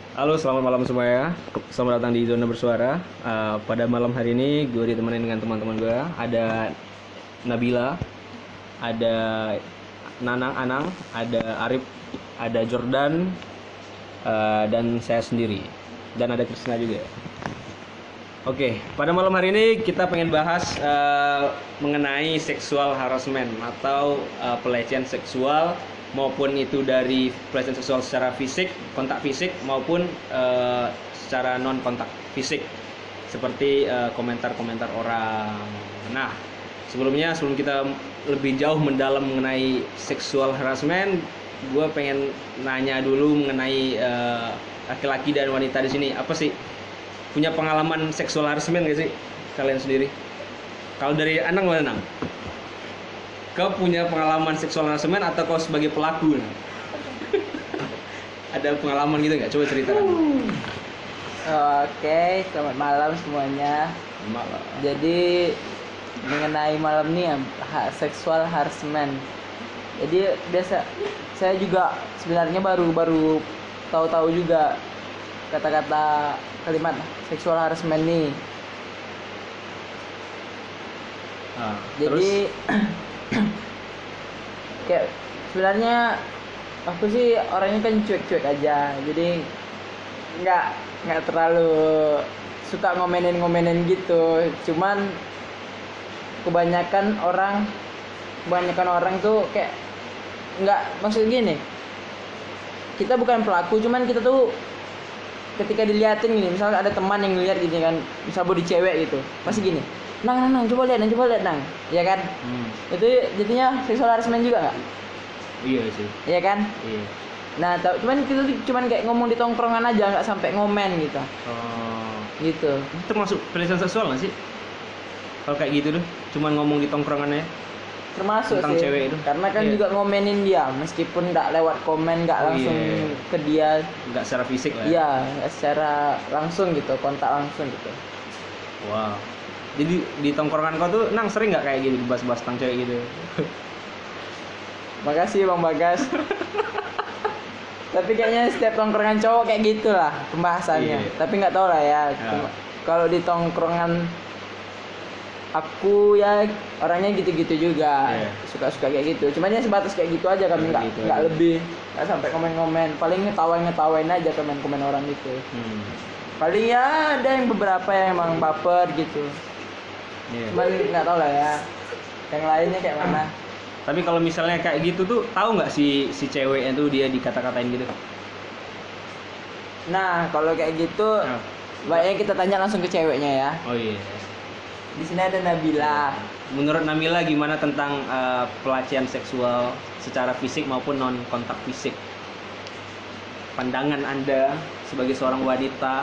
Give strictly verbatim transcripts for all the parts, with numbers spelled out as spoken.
Halo, selamat malam semuanya. Selamat datang di Zona Bersuara. Uh, pada malam hari ini, gue ditemani dengan teman-teman gue. Ada Nabila, ada Nanang Anang, ada Arif, ada Jordan, uh, dan saya sendiri. Dan ada Krisna juga. Oke, pada malam hari ini kita pengen bahas uh, mengenai sexual harassment atau uh, pelecehan seksual, maupun itu dari pelecehan seksual secara fisik, kontak fisik, maupun uh, secara non kontak fisik, seperti uh, komentar-komentar orang. Nah, sebelumnya sebelum kita lebih jauh mendalam mengenai sexual harassment, gue pengen nanya dulu mengenai uh, laki-laki dan wanita di sini. Apa sih, punya pengalaman sexual harassment gak sih kalian sendiri? Kalau dari Anang mana, Nang? Kau punya pengalaman seksual harassment atau kau sebagai pelaku? Ada pengalaman gitu nggak? Coba ceritakan. Oke, selamat malam semuanya. Malam. Jadi mengenai malam ini ya, ha- seksual harassment. Jadi biasa saya juga sebenarnya baru baru tahu-tahu juga kata-kata kalimat seksual harassment nih. Ah, Jadi kayak sebenarnya aku sih orangnya kan cuek-cuek aja, jadi nggak nggak terlalu suka ngomenin-ngomenin gitu. Cuman kebanyakan orang kebanyakan orang tuh kayak nggak, maksud gini, kita bukan pelaku, cuman kita tuh ketika diliatin gini, misalnya ada teman yang ngeliat gini kan, misal body cewek gitu, pasti gini, nang nang nang coba lihat nang coba lihat nang, ya kan? Hmm. Itu jadinya seksual harassment juga nggak? Iya sih. Iya kan? Iya. Nah, tau, cuman kita tuh cuman kayak ngomong di tongkrongan aja, nggak sampai ngomen gitu. Oh, Gitu. itu termasuk pelecehan seksual nggak sih? Kalau kayak gitu tuh, cuman ngomong di tongkrongannya. Termasuk Tentang sih. cewek itu. Karena kan Iya. juga ngomenin dia, meskipun nggak lewat komen, nggak Oh, langsung iya. ke dia. Nggak secara fisik lah. Ya? Iya, nggak secara langsung gitu, kontak langsung gitu. Wow. Jadi di tongkrongan kau tuh, Nang, sering nggak kayak gitu dibahas-bahas tentang cewek gitu? Makasih Bang Bagas. Tapi kayaknya setiap tongkrongan cowok kayak gitulah pembahasannya. Iya. Tapi nggak tahu lah ya. Ya. Cuma kalau di tongkrongan aku ya orangnya gitu-gitu juga. Iya. Suka-suka kayak gitu. Cuman ya sebatas kayak gitu aja, kami Kayak nggak gitu nggak aja. lebih. Nggak sampai komen-komen. Paling ngetawain-ngetawain aja komen-komen orang itu. Hmm. Paling ya ada yang beberapa yang emang baper gitu. Iya. Cuman nggak tahu lah ya. Yang lainnya kayak mana. Tapi kalau misalnya kayak gitu tuh, tahu nggak si si ceweknya tuh dia dikata-katain gitu? Nah, kalau kayak gitu, Nah. baiknya kita tanya langsung ke ceweknya ya. Oh iya. Di sini ada Nabila. Menurut Namila gimana tentang uh, pelecehan seksual secara fisik maupun non kontak fisik? Pandangan Anda sebagai seorang wanita.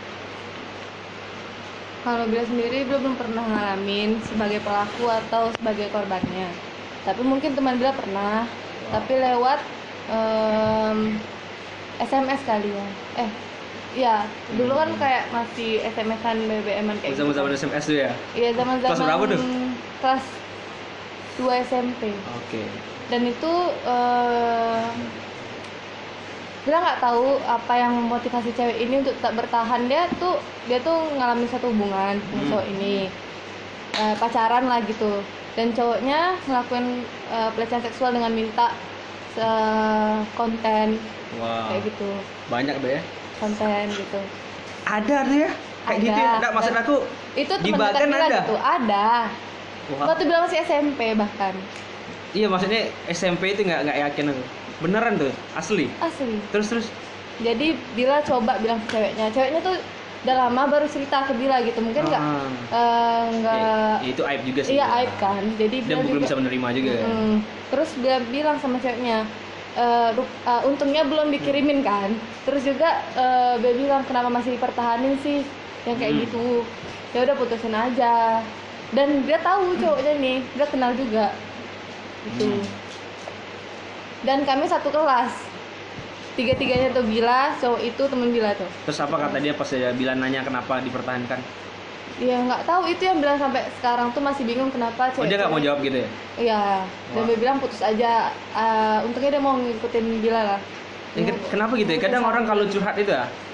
Kalau Bila sendiri Bila belum pernah ngalamin sebagai pelaku atau sebagai korbannya. Tapi mungkin teman Bila pernah, tapi lewat em, S M S kali ya. Eh, ya dulu kan Hmm. kayak masih S M S-an B B M-an kayak gitu. Zaman-zaman S M S tuh ya? Iya, zaman-zaman Kelas berapa tuh? Kelas dua S M P. Oke. Dan itu eh Bila nggak tahu apa yang memotivasi cewek ini untuk tetap bertahan. Dia tuh dia tuh ngalamin satu hubungan sama Hmm. cowok ini, Eh, pacaran lah gitu, dan cowoknya ngelakuin eh, pelecehan seksual dengan minta se- konten Wow. kayak gitu, Banyak tuh ya? konten gitu. Ada tuh ya? Kayak gitu ya? Ada. Nggak, maksud aku Itu di teman dekat Bagan Bila ada? gitu, ada. Wah. Waktu Bila masih S M P bahkan. Iya, maksudnya S M P itu nggak nggak yakin aku. Beneran tuh? Asli? Asli. Terus terus? Jadi Bila coba bilang ke ceweknya, ceweknya tuh udah lama baru cerita ke Bila gitu, mungkin nggak Ah. eh, nggak Ya, itu aib juga sih. iya ya. aib kan, jadi Dia Bila belum juga bisa menerima juga ya. Mm. Terus dia bilang sama ceweknya, "Eh, rup- eh, untungnya belum dikirimin kan." Terus juga eh, dia bilang, "Kenapa masih dipertahanin sih yang kayak Hmm. gitu?" Ya udah putusin aja. Dan dia tahu cowoknya nih, dia kenal juga gitu. Hmm. Dan kami satu kelas, tiga-tiganya tuh Bila, cowok itu temen Bila tuh. Terus apa kata dia pas dia bilang nanya kenapa dipertahankan? Ya nggak tahu, itu yang bilang sampai sekarang tuh masih bingung kenapa Oh, dia nggak mau jawab gitu ya? Iya, dan Wah. dia bilang putus aja. Ah, untungnya dia mau ngikutin Bila lah. Ya, ken- kenapa gitu ya? Kadang orang kalau curhat itu ya,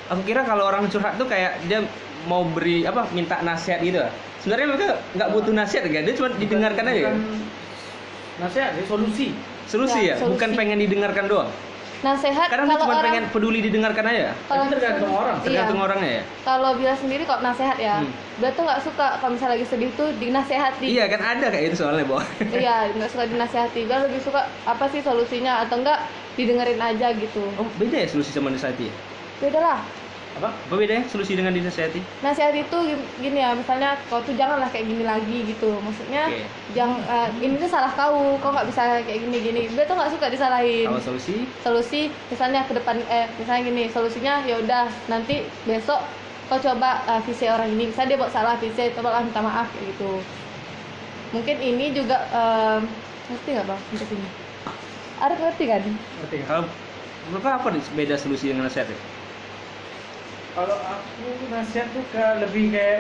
aku kira kalau orang curhat tuh kayak dia mau beri apa minta nasihat gitu. Sebenarnya mereka nggak butuh nasihat kan, dia cuma didengarkan aja. Bukan nasihat, dia solusi. Solusi Ya, ya, solusi. bukan pengen didengarkan doang. Nasehat Kadang dia kalau cuma orang pengen peduli didengarkan aja. kalau Itu tergantung misalnya- orang, Tergantung iya. orangnya ya. Kalau Bila sendiri kok nasehat ya, Hmm. Bila tuh nggak suka kalau misalnya lagi sedih tuh dinasehati. Iya kan ada kayak itu soalnya, Bo. Iya, nggak suka dinasehati. Bila lebih suka apa sih solusinya atau enggak didengerin aja gitu. Oh, beda ya solusi sama nasihati ya? Beda lah. Apa? Apa bedanya solusi dengan dinasihati? Nasihat itu gini ya, misalnya kau tuh janganlah kayak gini lagi gitu. Maksudnya Oke. jangan eh, ini tuh salah kau, kau nggak bisa kayak gini-gini. Dia tuh nggak suka disalahin. Kalau solusi Solusi misalnya ke depan eh misalnya gini, solusinya ya udah nanti besok kau coba eh, visi orang ini. Misalnya dia buat salah visi, coba minta maaf kayak gitu. Mungkin ini juga em, ngerti nggak bang? Sampai sini. Ada ngerti kan? Ngerti nggak? kalau menurut apa nih beda solusi dengan nasihat ya? Kalau aku nasihat tuh ke lebih kayak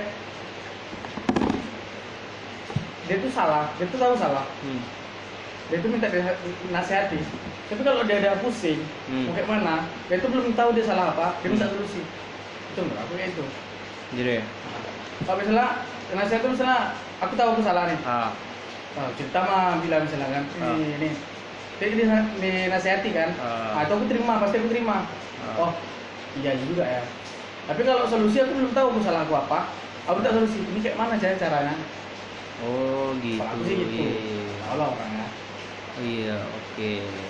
dia tuh salah, dia tuh tahu salah, Hmm. dia tuh minta dia nasihati. Tapi kalau dia ada pusing, Hmm. mau kayak mana, dia tuh belum tahu dia salah apa, dia minta solusi. Itu menurut aku kayak itu. Jadi ya. Kalau misalnya nasihat tuh misalnya aku tahu aku salah nih, Ah. oh, cerita mah bilang misalnya kan, Ah. ini ini, jadi dia dinasihati kan, Ah. ah, itu aku terima, pasti aku terima. Ah. Oh, iya juga ya. Tapi kalau solusi aku belum tahu aku salah aku apa, aku tak solusi. Ini kayak mana cara caranya? Oh gitu. Kalau aku sih gitu. Iya. Tahu lah orangnya. Oh, iya, oke.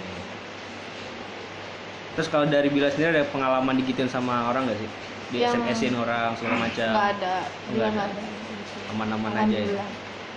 Terus kalau dari Bila sendiri ada pengalaman digituin sama orang nggak sih? Di Yang- S M S-in orang segala macam. Nggak ada. Nggak Bila ada. nggak ada. Aman-aman aja ya. Alhamdulillah.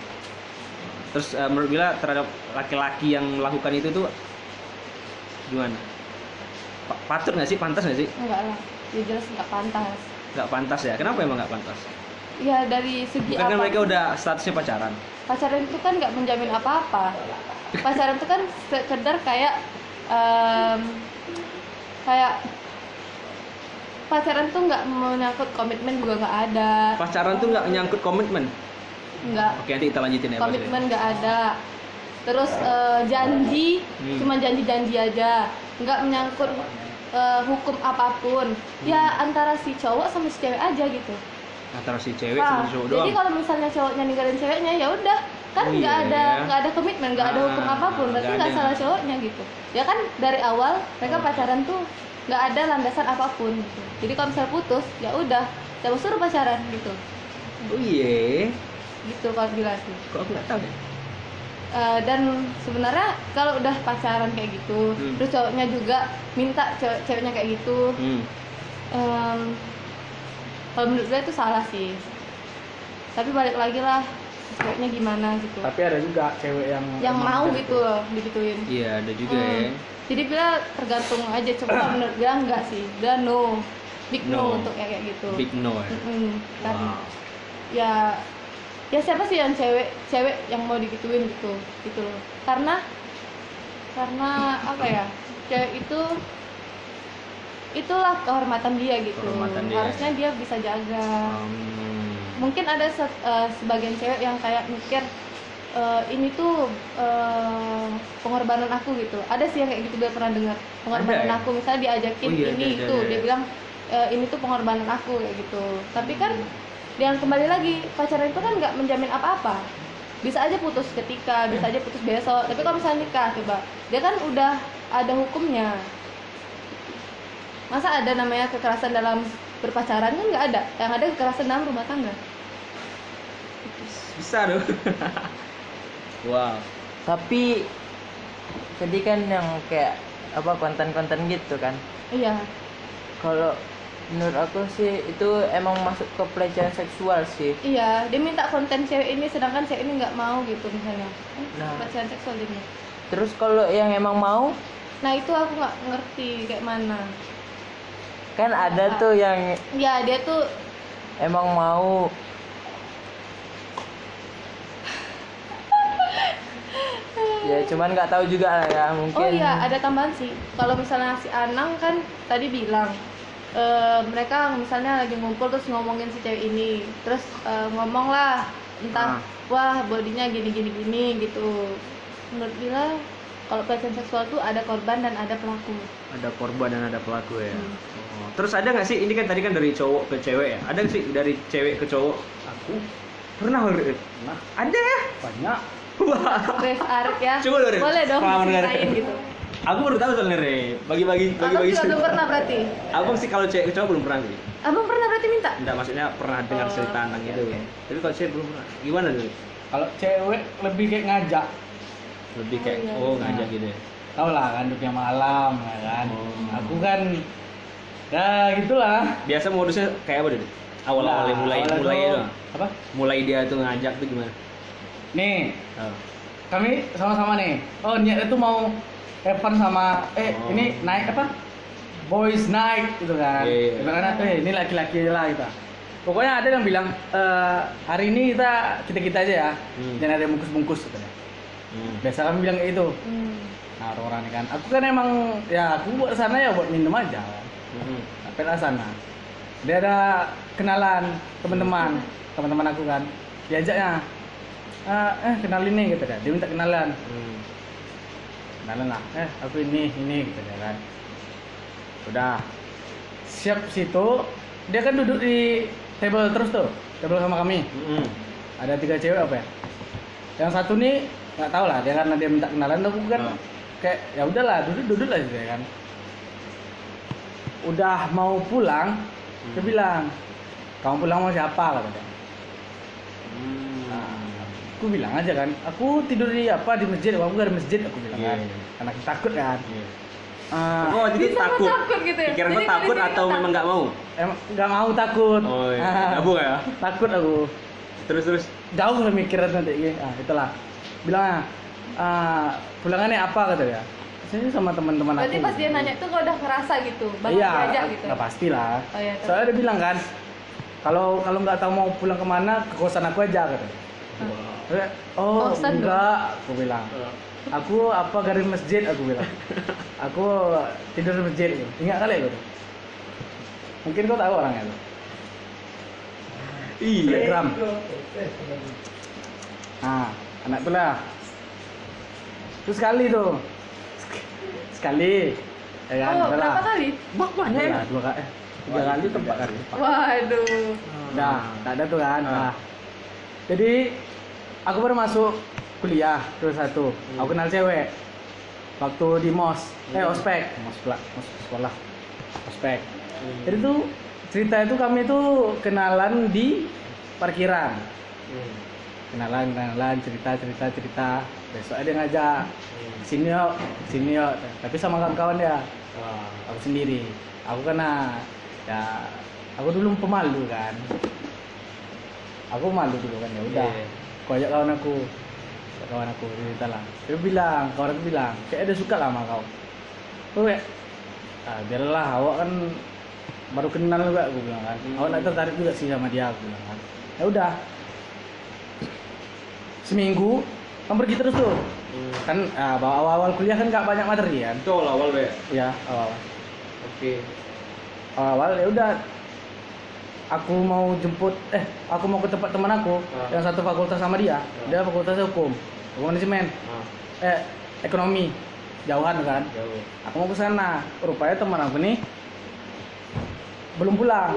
Terus eh, menurut Bila terhadap laki-laki yang melakukan itu tuh gimana? Pa- Patut nggak sih? Pantas nggak sih? Enggak lah. Ya jelas nggak pantas. Nggak pantas ya. Kenapa emang nggak pantas? Ya dari segi Bukan kan apa? mereka udah statusnya pacaran. Pacaran itu kan nggak menjamin apa-apa. Pacaran itu kan sekedar kayak em, kayak pacaran tuh nggak menyangkut komitmen juga nggak ada. Pacaran tuh nggak nyangkut komitmen. Nggak. Oke, nanti kita lanjutin ya. Komitmen nggak ada. Terus eh, janji Hmm. cuma janji-janji aja, nggak menyangkut eh, hukum apapun. Ya antara si cowok sama si cewek aja gitu. Antara si cewek Nah, sama si cowok jadi doang. kalau misalnya cowoknya ninggalin ceweknya ya udah kan Oh, nggak iya. ada nggak ada komitmen nggak ada hukum Ah, apapun berarti nggak nggak ada. salah cowoknya gitu ya kan dari awal mereka Oh. pacaran tuh nggak ada landasan apapun gitu jadi kalau misalnya putus ya udah coba suruh pacaran gitu Oh iya. gitu kalau bilang sih. Kok aku nggak tahu ya? Eh, dan sebenarnya kalau udah pacaran kayak gitu Hmm. terus cowoknya juga minta cewek ceweknya kayak gitu Hmm. em, kalau menurut gue itu salah sih tapi balik lagi lah ceweknya gimana gitu Tapi ada juga cewek yang yang emang mau kayak gitu loh digituin. Iya, ada juga Hmm. ya. Jadi bila tergantung aja coba kalau menurut dia enggak sih, dia no, big no, No. untuk yang kayak gitu. Big no ya. Mm-mm. Karena Wow. ya ya siapa sih yang cewek cewek yang mau digituin gitu gitu loh. Karena karena apa ya cewek itu itulah kehormatan dia gitu. Kehormatan dia. Harusnya dia bisa jaga. Hmm. Mungkin ada se- eh, sebagian cewek yang kayak mikir eh, ini tuh eh, pengorbanan aku gitu. Ada sih yang kayak gitu dia pernah dengar pengorbanan Ada ya? aku misalnya diajakin Oh iya, ini ada, itu ada, ada. dia bilang "Eh, ini tuh pengorbanan aku kayak gitu. Tapi kan yang kembali lagi pacaran itu kan nggak menjamin apa-apa. Bisa aja putus ketika, bisa aja putus besok. Tapi kalau misalnya nikah coba, dia kan udah ada hukumnya. Masa ada namanya kekerasan dalam berpacaran kan nggak ada. Yang ada kekerasan dalam rumah tangga. Bisa dong. Wow. Tapi tadi kan yang kayak apa konten-konten gitu kan. Iya. Kalau menurut aku sih itu emang masuk ke pelecehan seksual sih. Iya, dia minta konten cewek ini sedangkan cewek ini nggak mau gitu misalnya. Nah. Pelecehan seksual ini. Terus kalau yang emang mau Nah itu aku nggak ngerti kayak mana. kan ada tuh yang Ya dia tuh emang mau. Ya cuman nggak tahu juga lah ya mungkin. oh iya ada tambahan sih. Kalau misalnya si Anang kan tadi bilang eh, mereka misalnya lagi ngumpul terus ngomongin si cewek ini, terus eh, ngomong lah entah Ah. wah bodinya gini gini gini gitu. Menurut Bila kalau pelecehan seksual tuh ada korban dan ada pelaku. Ada korban dan ada pelaku ya. Hmm. Oh. Terus ada nggak sih, ini kan tadi kan dari cowok ke cewek ya, ada nggak sih dari cewek ke cowok? Aku Pernah nggak? nah Ada ya? banyak. Wah. Wes Arif ya. Coba dong, Rif. Boleh dong Pengalaman ceritain dari- gitu. Aku baru tahu soalnya Re. Bagi-bagi Abang bagi-bagi. juga belum pernah berarti. Abang sih kalau cewek ke cowok belum pernah sih. Abang pernah berarti minta? Enggak, maksudnya pernah dengar Oh, cerita tentang oke, itu. oke. Tapi kalau cewek belum pernah. Gimana tuh? Kalau cewek lebih kayak ngajak. Lebih kayak Oh, iya, oh, iya. ngajak gitu ya. Tau lah kan dunia malam ya kan. Oh. Aku kan ya gitulah. Biasa modusnya kayak apa deh? Awal-awalnya Nah, mulai awalnya mulai tuh- itu. Apa? Mulai dia tuh ngajak tuh gimana? Nih, Oh. kami sama-sama nih. Oh, niatnya tuh mau have fun sama eh Oh. ini naik apa? Boys night gitu kan. Iya, iya. Karena eh ini laki-laki lah gitu. Pokoknya ada yang bilang eh hari ini kita kita-kita aja ya. Hmm. Jangan ada yang bungkus-bungkus gitu ya. Hmm. Biasa kami bilang kayak gitu. Hmm. Nah, orang-orang ini kan. Aku kan emang ya aku buat sana ya buat minum aja. Hmm. Sampai lah sana. Dia ada kenalan teman-teman, teman-teman aku kan. Diajaknya. "Ah, eh kenalin nih gitu kan. Dia minta kenalan. Hmm. Kenalan lah. Eh, aku ini ini gitu dia kan. Udah. Siap situ, dia kan duduk di table terus tuh. Table sama kami. Hmm. Ada tiga cewek apa ya? Yang satu nih nggak tahu lah, dia karena dia minta kenalan aku kan Oh. kayak ya udahlah duduk duduk lah gitu ya kan. Udah mau pulang, dia bilang, kamu pulang mau siapa kata dia. Hmm. Aku bilang aja kan, aku tidur di apa di masjid, aku gak di masjid aku bilang kan, Iya. karena aku takut kan. Iya. Ah, Oh, jadi Bisa takut. takut gitu ya? Pikiran Jadi kau takut dari sini atau kau memang nggak mau? emang nggak mau takut. Oh, iya. Ah, Gabung ya? Takut aku. Terus terus. Jauh lah mikirnya nanti gitu. Ah, itulah. Bilang ah pulangannya apa kata dia. Sini sama teman-teman aku. Berarti pas dia gitu. nanya tuh kau udah ngerasa gitu, bakal Iya, diajak gitu. nggak pasti lah. Oh, iya, terus? Soalnya dia bilang kan, kalau kalau nggak tahu mau pulang kemana, ke kosan aku aja katanya. Terus, Oh Kosan enggak, aku bilang. Aku apa garis masjid aku bilang. Aku tidur di masjid. Ingat kali aku. Mungkin kau tahu orangnya tuh. Iya. Telegram. Nah, anak tuh lah. Terus sekali tuh. Sekali. Ya kan, Oh, udah lah. berapa kali? Bak banyak ya. Udah, dua kali. Eh, tiga kali atau empat kali. Empat. Waduh. Udah, tak ada tuh kan. Ah. Nah, jadi aku baru masuk kuliah terus satu. Hmm. Aku kenal cewek. Waktu di mos, eh Hmm. ospek, mos sekolah, mos sekolah, ospek. Hmm. Jadi tuh cerita itu kami tuh kenalan di parkiran. Hmm. Kenalan, kenalan, cerita, cerita, cerita. Besok ada ngajak Hmm. sini yuk, sini yuk. Tapi sama kawan-kawan dia. Wah. Aku sendiri. Aku karena ya aku dulu pemalu kan. Aku malu dulu kan ya udah. Iya. Kau ajak kawan aku. Ajak kawan aku cerita lah. Dia bilang, kawan aku bilang, kayak ada suka lah sama kau. Aku kayak, ah, biarlah awak kan baru kenal juga aku bilang kan. Hmm. Awak nak tertarik juga sih sama dia aku bilang kan. Ya udah. Seminggu kan pergi terus tuh. Hmm. Kan ah, awal-awal kuliah kan gak banyak materi kan. Itu awal-awal ya. Ya, awal. Oke. Awal ya udah aku mau jemput eh aku mau ke tempat teman aku Ah. yang satu fakultas sama dia dia fakultasnya hukum hukum manajemen Ah, eh ekonomi jauhan kan jauh. aku mau ke sana rupanya teman aku nih belum pulang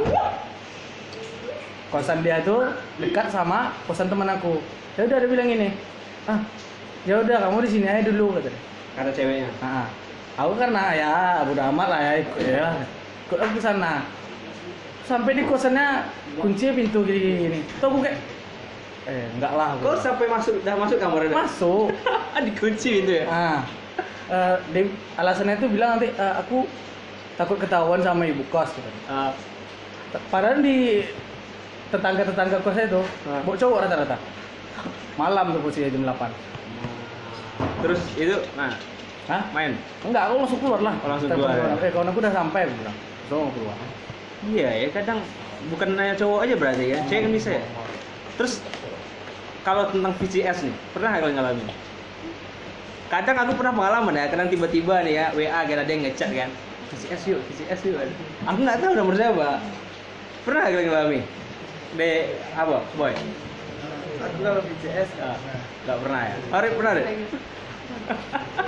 kosan dia tuh dekat sama kosan teman aku ya udah dia bilang gini ah ya udah kamu di sini aja dulu kata dia. Karena ceweknya. Nah, aku karena ya udah amat lah ya ikut ya ikut aku ke sana sampai di kosannya kunci pintu gini-gini tuh aku kayak eh enggak lah aku Kau bilang. sampai masuk, dah masuk kamar ada? masuk Dikunci itu ya? ah eh, dia, alasannya itu bilang nanti eh, aku takut ketahuan sama ibu kos gitu. Ah, Padahal di tetangga-tetangga kosnya itu Ah. bawa cowok rata-rata malam tuh posisinya jam delapan terus itu, nah, hah main. enggak aku langsung keluar lah Oh, langsung Telepon keluar, ya? eh kawan aku udah sampai aku bilang so mau keluar Iya ya, kadang bukan hanya cowok aja berarti ya, cewek kan bisa ya. Terus kalau tentang V C S nih, pernah nggak kalian ngalamin? Kadang aku pernah pengalaman ya, kadang tiba-tiba nih ya W A kan ada yang ngechat kan, V C S yuk, V C S yuk. Aku nggak tahu nomor siapa. Pernah nggak kalian ngalamin? De apa, boy? Aku kalau V C S Ah, nggak pernah ya. Arif pernah deh.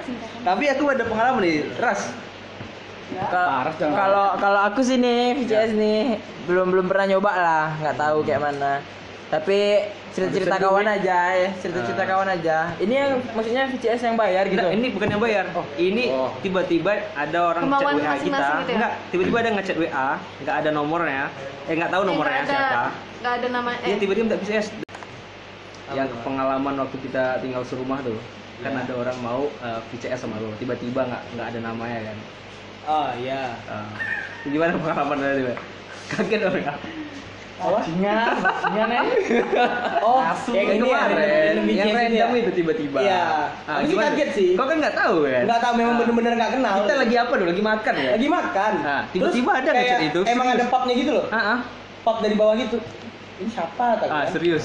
singkatan. Tapi aku ada pengalaman nih, Ras. Ka- Parah, jangan. Kalau kalau aku sih nih V C S nih belum belum pernah nyoba lah, nggak tahu kayak mana. Tapi cerita-cerita Bisa kawan duit. aja ya, cerita-cerita Ah. kawan aja. Ini yang maksudnya V C S yang bayar gitu. Enggak, ini bukan yang bayar. Ini Oh. tiba-tiba ada orang chat Kemauan W A kita. masing-masing gitu ya? Enggak, tiba-tiba ada ngechat W A, enggak ada nomornya. Eh enggak tahu nomornya Nggak ada- siapa. nggak ada nama Iya, eh tiba-tiba minta V C S. Yang Apa? pengalaman waktu kita tinggal serumah tuh. Kan ada orang mau uh, V C S sama lo, tiba-tiba nggak nggak ada namanya kan. Oh iya. Uh, gimana pengalaman tadi, Pak? Kaget orang. Bajingan, bajingan nih. Oh, Langsung yang ini ya, kemarin, film V C S yang itu random ya? itu tiba-tiba. Iya. Ah, Aku sih gimana? kaget sih. Kau kan nggak tahu kan? Nggak tahu, memang Ah. bener-bener nggak kenal. Kita lagi apa dulu? Lagi makan ya? lagi makan. Ah, tiba-tiba Terus ada kayak ngechat itu, Emang serius. ada pubnya gitu loh. Ah, ah. Pub dari bawah gitu. Ini siapa tak Ah, kan? serius.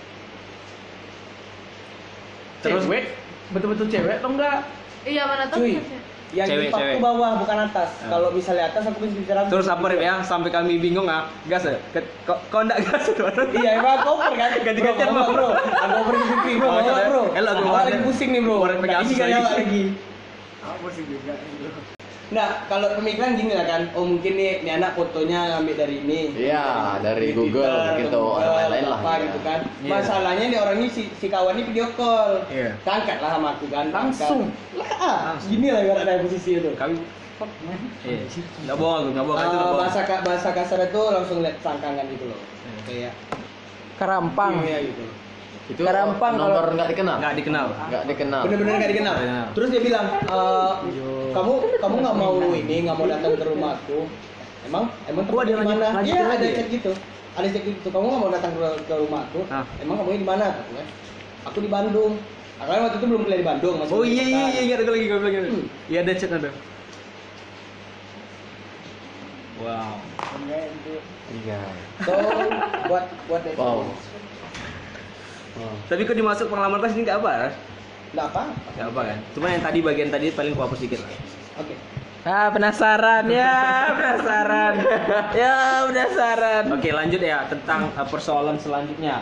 Terus cewek, betul-betul cewek atau enggak? iya mana tahu Cuy, siapa? yang Cewek, di pub cewek. tuh bawah bukan atas. Ah. Kalau misalnya atas aku bisa bicara. Terus apa Rip, ya? Sampai kami bingung ah. Gas ya? Ke- Kok kok enggak gas bro? Iya, emang aku over kan? Ganti-gantian, bro. bro. bro. Aku over di pipi bro, Oh, bawa, iya. bro. Elok, Aku gua lagi ada- pusing nih bro. gua ada Nah, penyakit ini gak lagi. nyala lagi. Apa sih juga? Nah, kalau pemikiran gini lah kan. Oh mungkin nih, nih anak fotonya ambil dari ini. Iya, dari Di Google, Twitter, mungkin atau tuh Google, orang lain lah. Apa Iya. gitu kan. Iya. Masalahnya nih orang ini si, si kawan ini video call. Iya. Angkat lah sama aku kan. Langsung. Angkat. Lah, ah, Langsung. gini lah ibaratnya posisi itu. Kami Iya. Enggak bohong aku, enggak bohong itu Eh, enggak bohong. bahasa ka- bahasa kasar itu langsung lihat sangkangan gitu loh. Kayak kerampang ya gitu. Itu Kerampang nomor kalau- nggak dikenal. Enggak dikenal. Nggak dikenal. Bener-bener gak dikenal. Iya. Terus dia bilang, "Eh, kamu kamu nggak mau ini, nggak mau datang ke rumahku. Emang emang Oh, ada tempatnya di lanjut- mana? lanjutin Iya lagi ada ya? chat gitu. Ada chat gitu. Kamu nggak mau datang ke, ke rumahku? Ah. Emang kamu di mana? Aku kan, aku di Bandung. Aku kan waktu itu belum kuliah di Bandung. Masih Oh di iya iya kota. iya, ingat aku lagi gue bilang gitu. Hmm. Iya ada chat ada. Wow. Iya. So buat buat itu. Wow. Oh. Tapi kok dimasuk pengalaman kelas ini enggak apa? Ras? Nggak apa? Enggak apa kan? Cuma yang tadi bagian tadi paling ku hapus sedikit lah. Oke. Ah penasaran ya, penasaran. ya penasaran. Oke, lanjut ya tentang uh, persoalan selanjutnya.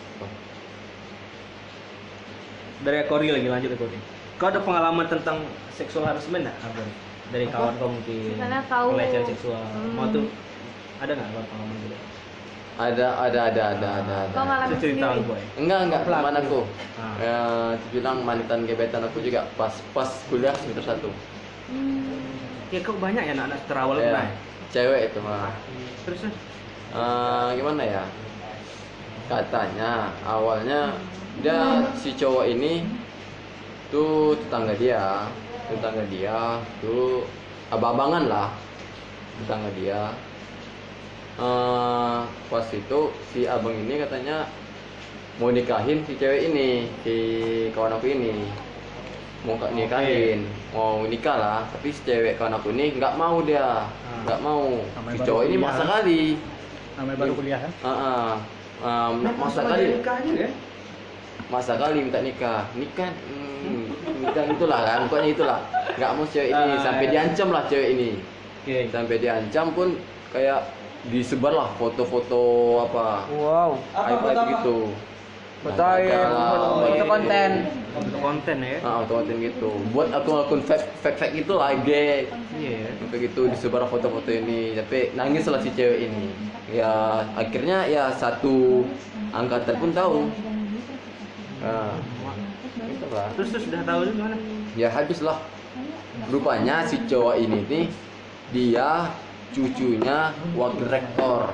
Dari Kori lagi lanjut Kori. Kau ada pengalaman tentang seksual harassment enggak? Apa? Dari kawan kau mungkin Misalnya kau- pelecehan seksual. Hmm. Mau tuh ada nggak kau pengalaman gitu? Ada, ada, ada, ada, ada. Kau ada. ngalamin Cerita sendiri? boy. Enggak, enggak, Pelaku. teman aku. Ah. Ya, bilang mantan gebetan aku juga pas pas kuliah semester satu. Hmm. Ya kok banyak ya anak-anak terawal Ya, pernah. cewek itu mah. Terus terus. Eh, gimana ya? Katanya awalnya dia si cowok ini tuh tetangga dia, tetangga dia tuh abang-abangan lah, tetangga dia. Eh, pas itu si abang ini katanya mau nikahin si cewek ini, si kawan aku ini mau ka- nikahin, mau nikah lah, tapi si cewek kawan aku ini nggak mau dia, nggak mau. Namanya Si baru cowok ini kuliah. maksa kali. Namanya baru kuliah kan? Ah, ah. Um, masa kali nikahnya kan? masa kali minta nikah nikah hmm, nikah itulah kan pokoknya itulah nggak mau cewek ini Ah, sampai ya. diancam lah cewek ini Oke. sampai diancam pun kayak disebar lah foto-foto apa Wow. Apa aib foto apa? gitu Foto Nah, aib, ada foto- lah, foto konten. Untuk konten ya. ah foto konten gitu buat akun-akun fake fake fake itu lah I G Iya. sampai gitu disebar foto-foto ini tapi nangis lah si cewek ini ya akhirnya ya satu angkatan pun tahu nah itulah Terus terus sudah tahu itu gimana? ya habis lah rupanya si cowok ini nih dia cucunya wakil rektor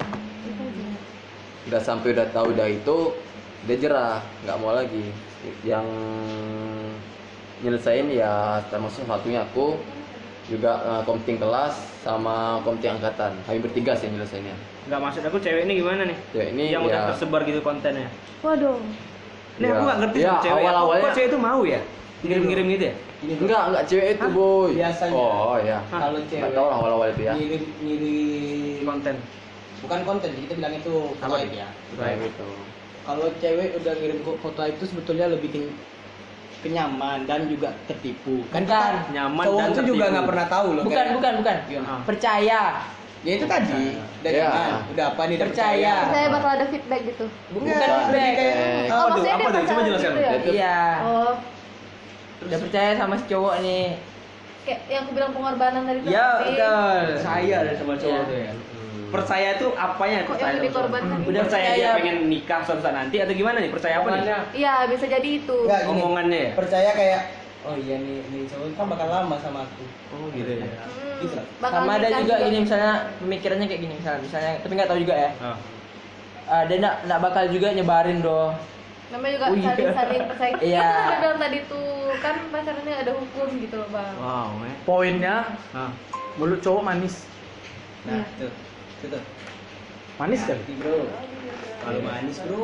udah sampai udah tahu dah itu dia jerah nggak mau lagi yang nyelesain ya termasuk satunya aku juga uh, komting kelas sama komting angkatan kami bertiga sih yang nyelesainnya Enggak, maksud aku cewek ini gimana nih? cewek ini Yang udah ya tersebar gitu kontennya. Waduh. Ini Ya. aku nggak ngerti Ya, sama cewek. Kok- awal-awalnya- Kok cewek itu mau ya? Ngirim-ngirim gitu ya? Ini enggak enggak cewek itu Hah? boy Biasanya. oh ya Kalau nggak cewek tahu lah awal-awal itu ya ngirim ngirim Konten. bukan konten, kita bilang itu Apa foto nih? aib ya. kayak gitu Kalau cewek udah ngirim ko- foto aib itu sebetulnya lebih ke- kenyaman dan juga tertipu. Kan Bukan, kita nyaman cowok dan itu juga tertipu. nggak pernah tahu loh. Bukan, kayak- bukan, bukan. Gimana? Ah. Percaya. Ya itu tadi. Udah Ya. jangan. Udah apa nih? udah Percaya. Saya bakal ada feedback gitu. Bukan. Bukan. Lebih kayak Eh, Oh, Apa tuh? maksudnya Apa dia tuh? Coba pacaran jelaskan. gitu ya? Itu- Iya. Oh, udah percaya sama si cowok nih. Kayak yang aku bilang pengorbanan tadi tuh Ya sih. betul. Percaya deh sama cowok Iya. tuh ya. Percaya tuh apanya? Kok Percaya yang sama dikorbankan? cowok? Udah percaya dia pengen nikah suatu saat nanti atau gimana nih? Percaya apa nih? Iya, bisa jadi itu. Enggak gini. Omongannya ya? Percaya kayak oh iya nih nih cowok kan bakal lama sama aku. Oh gitu ya. Hmm, Bisa. bakal Sama ada nikah juga gini misalnya pemikirannya kayak gini misalnya, misalnya tapi nggak tahu juga ya. Oh. Ah, dia nggak nggak bakal juga nyebarin doh. Namanya juga Oh, iya. saling-saling percaya. Iya. Kan ada bilang tadi tuh kan pacarannya ada hukum gitu loh, Bang. Wow, eh. Poinnya Ah. mulut cowok manis. Nah, Iya. tuh. Tuh tuh. Manis kan? Hati, bro. Kalau manis, bro.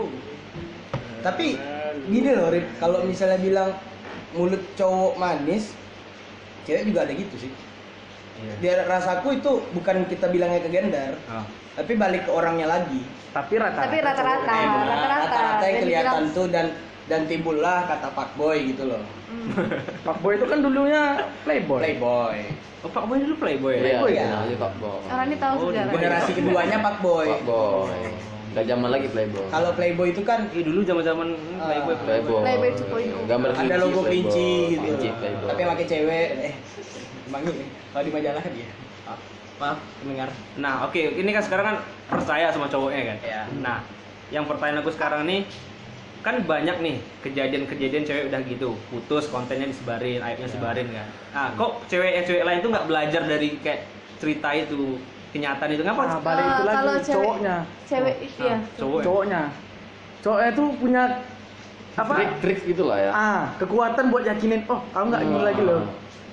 Tapi gini loh, Rip, kalau misalnya bilang mulut cowok manis, cewek juga ada gitu sih. Iya. Dia rasaku itu bukan kita bilangnya ke gender, Ah. tapi balik ke orangnya lagi. Tapi rata. Tapi rata-rata, Eh, nah, rata-rata. rata-rata yang Dan kelihatan dibilang- tuh dan dan timbullah kata fuckboy gitu loh. Hmm. Pak Boy itu kan dulunya playboy. Playboy. Oh, Pak Boy dulu playboy ya? Iya, Playboy ya? kenal aja Pak Boy. Orang ini tahu Oh, sejarah. Generasi keduanya fuckboy. Pak Boy. Gak zaman lagi Playboy. Kalau Playboy itu kan Eh dulu zaman-zaman Ah. playboy. Playboy. Playboy two point oh. Gambar ada kelinci, logo Playboy. kelinci gitu. Kelinci Playboy. Tapi yang pakai cewek eh emang ini kalau di majalah dia. Maaf pendengar. Nah, oke, ini kan sekarang kan percaya sama cowoknya kan. Iya. Nah, yang pertanyaan aku sekarang nih, kan banyak nih kejadian-kejadian cewek udah gitu, putus, kontennya disebarin, aibnya sebarin kan. Nah, kok cewek yang cewek lain tuh nggak belajar dari kayak cerita itu, kenyataan itu ngapa? Nah, balik Eh, itu lagi kalau cewek- cowoknya. Cewek itu ya. Ah, cowok. Cowoknya. Cowoknya itu punya apa? Trik-trik gitulah ya. Ah, kekuatan buat yakinin, oh, aku nggak ini lagi loh.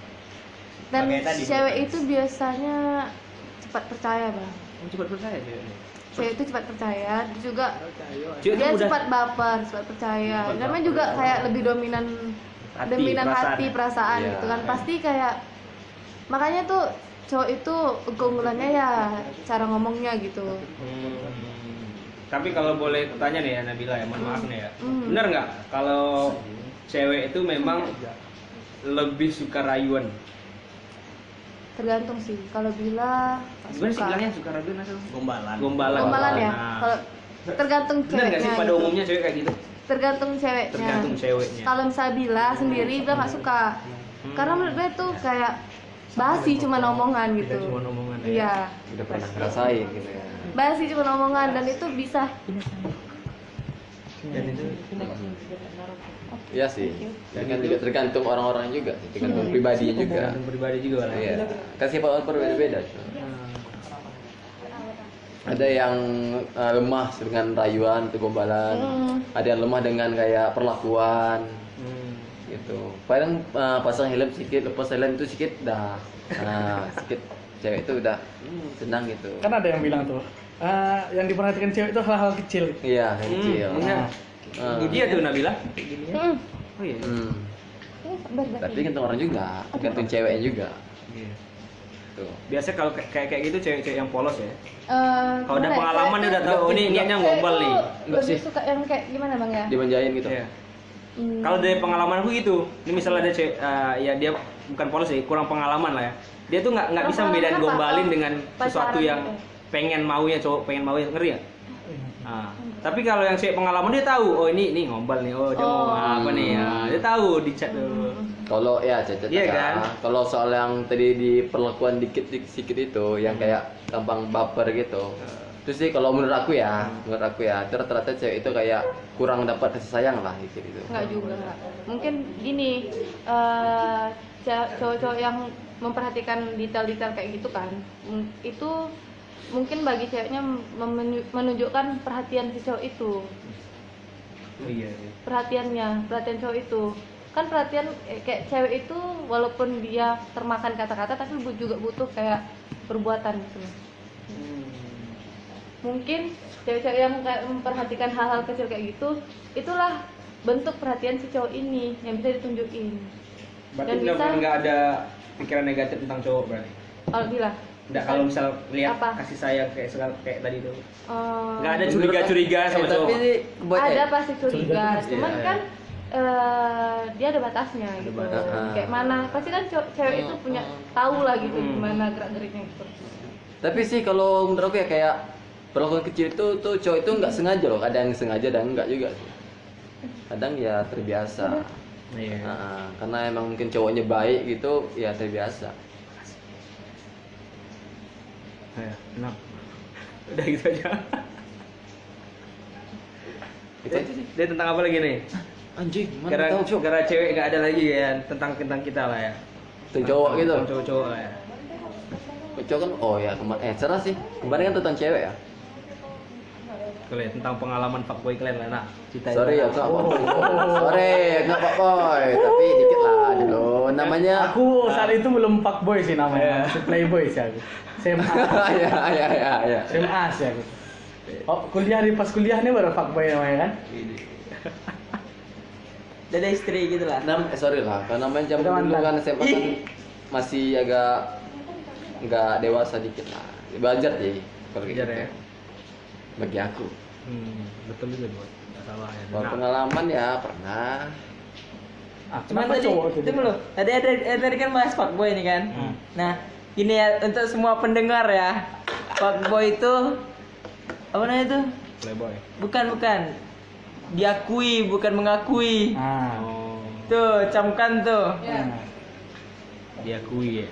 Dan Kayak tadi. cewek itu biasanya cepat percaya, Bang. Oh, cepat percaya cewek. Cewek itu cepat percaya, dia juga Cewek dia tuh udah cepat baper, cepat percaya. Cepat Namanya baper, juga ya. kayak lebih dominan Hati, dominan perasaan hati, ya? perasaan Iya, gitu kan. iya. Pasti kayak makanya tuh cowok itu keunggulannya ya cara ngomongnya gitu. Hmm. Tapi kalau boleh tanya nih ya Nabila ya, mohon maaf nih ya. Hmm. Benar nggak kalau cewek itu memang lebih suka rayuan? Tergantung sih. Kalau bila Gimana sih suka. bilangnya suka rayuan atau Gombalan. gombalan? Gombalan ya. Nah, Kalau tergantung benar nggak ceweknya. sih pada gitu. umumnya cewek kayak gitu? Tergantung ceweknya. Tergantung ceweknya. Kalau misalnya Bila sendiri Bila nggak suka. Hmm. Karena menurut gue tuh kayak basi cuma omongan gitu. Cuma omongan ya. Iya. Udah pernah ngerasain gitu ya. Basi cuma omongan dan itu bisa. Dan itu Iya sih. Dan kan juga tergantung orang-orang juga, sih. Tergantung pribadinya juga. tergantung pribadi juga lah. Iya. Kan sifat orang berbeda-beda. Ada yang uh, lemah dengan rayuan atau gombalan. Hmm. Ada yang lemah dengan kayak perlakuan Hmm. gitu. Paling uh, pasang helm sedikit, lepas helm itu sedikit dah. Nah, sedikit cewek itu udah senang gitu. Kan ada yang bilang tuh, ah, yang diperhatikan cewek itu hal-hal kecil. Iya, kecil. Hmm, iya. Ah. Iya tuh Nabila. Hmm. Oh iya. Hmm. Eh, ber- ber- Tapi gantung orang juga, gantung ceweknya juga. Iya. Tuh. Biasa kalau kayak kayak kayak gitu cewek-cewek yang polos ya. Eh, Kalau udah gimana ya, pengalaman dia cewek udah tuh- tahu oh, ini niatnya cewek gombal tuh nih. Lebih suka yang kayak gimana bang ya? Dimanjain gitu. Iya. Hmm. Kalau dari pengalaman aku gitu, ini misalnya ada cewek, eh, ya dia bukan polos sih, kurang pengalaman lah ya. Dia tuh nggak nggak Kurang bisa membedain pengalaman apa? gombalin Oh, dengan sesuatu pacaran yang gitu. pengen maunya cowok pengen maunya ngeri ya. Nah, tapi kalau yang cewek pengalaman dia tahu, oh ini ini ngombal nih, oh dia mau Oh. apa nih, nah, dia tahu di chat dulu. Kalau ya cacat Iya ya. kan? Kalau soal yang tadi di perlakuan dikit dikit itu yang kayak gampang baper gitu. Terus sih kalau menurut aku ya, menurut aku ya, itu rata-rata cewek itu kayak kurang dapat kasih sayang lah gitu gitu. Nggak juga. Mungkin gini, eh, ce- cowok-cowok yang memperhatikan detail-detail kayak gitu kan, m- itu mungkin bagi ceweknya mem- menunjukkan perhatian si cowok itu, Oh iya. iya. perhatiannya, perhatian cowok itu. Kan perhatian eh, kayak cewek itu walaupun dia termakan kata-kata tapi bu- juga butuh kayak perbuatan gitu. Mungkin cewek-cewek yang kayak memperhatikan hal-hal kecil kayak gitu, itulah bentuk perhatian si cowok ini yang bisa ditunjukin. Berarti Dan benar bisa- nggak ada pikiran negatif tentang cowok berarti. Kalau bilang Nggak kalau misal lihat Apa? kasih sayang kayak sekal- kayak tadi tuh. eh, Nggak ada curiga-curiga sama Eh, cowok. tapi buat ada pasti curiga, cuman Iya, kan eh, dia ada batasnya gitu. batasnya. Kayak mana? Pasti kan cow- cewek itu punya tahu lah gitu Hmm. gimana gerak-geriknya gitu. Tapi sih kalau menurut aku ya kayak perlakuan kecil itu tuh cowok itu nggak sengaja loh, ada yang sengaja dan enggak juga sih. Kadang ya terbiasa. Iya. Nah, karena emang mungkin cowoknya baik gitu, ya terbiasa. Ya, enak. Udah gitu aja. Itu aja sih. Dia tentang apa lagi nih? Anjing, mana Gara, tahu cowok. gara cewek nggak ada lagi ya tentang tentang kita lah ya. Tentang cowok gitu. Tentang cowok-cowok lah ya. Cowok kan, oh ya kemarin, eh cerah sih. Kemarin kan tentang cewek ya. Kalian tentang pengalaman fuckboy kalian lah. Nah, ceritain. Sorry ya, nggak Pak Boy. Sorry, nggak Pak Boy. Tapi dikit lah dulu. Namanya. Aku saat itu belum fuckboy sih namanya, masih playboy sih aku. S M A, ya, ya, ya, ya. S M A sih aku. Oh, kuliah di pas kuliah nih baru fuckboy namanya kan? Udah ada istri gitu lah. Nam, eh, sorry lah, karena main jam Udah dulu mantan. kan S M A kan masih agak nggak dewasa dikit lah. Belajar sih kalau kayak Belajar gitu. ya. Bagi aku. Hmm, betul juga buat. Nggak salah ya. Kalau Nah, pengalaman ya pernah. Ah, Cuman kenapa tadi, cowok gitu? tunggu loh. Tadi ada eh, tadi kan bahas fuckboy nih kan. Hmm. Nah, gini ya untuk semua pendengar ya. Fuckboy itu apa namanya itu? playboy. Bukan bukan. Diakui bukan mengakui. Ah. Oh, Tuh, camkan tuh. Ah. diakui ya.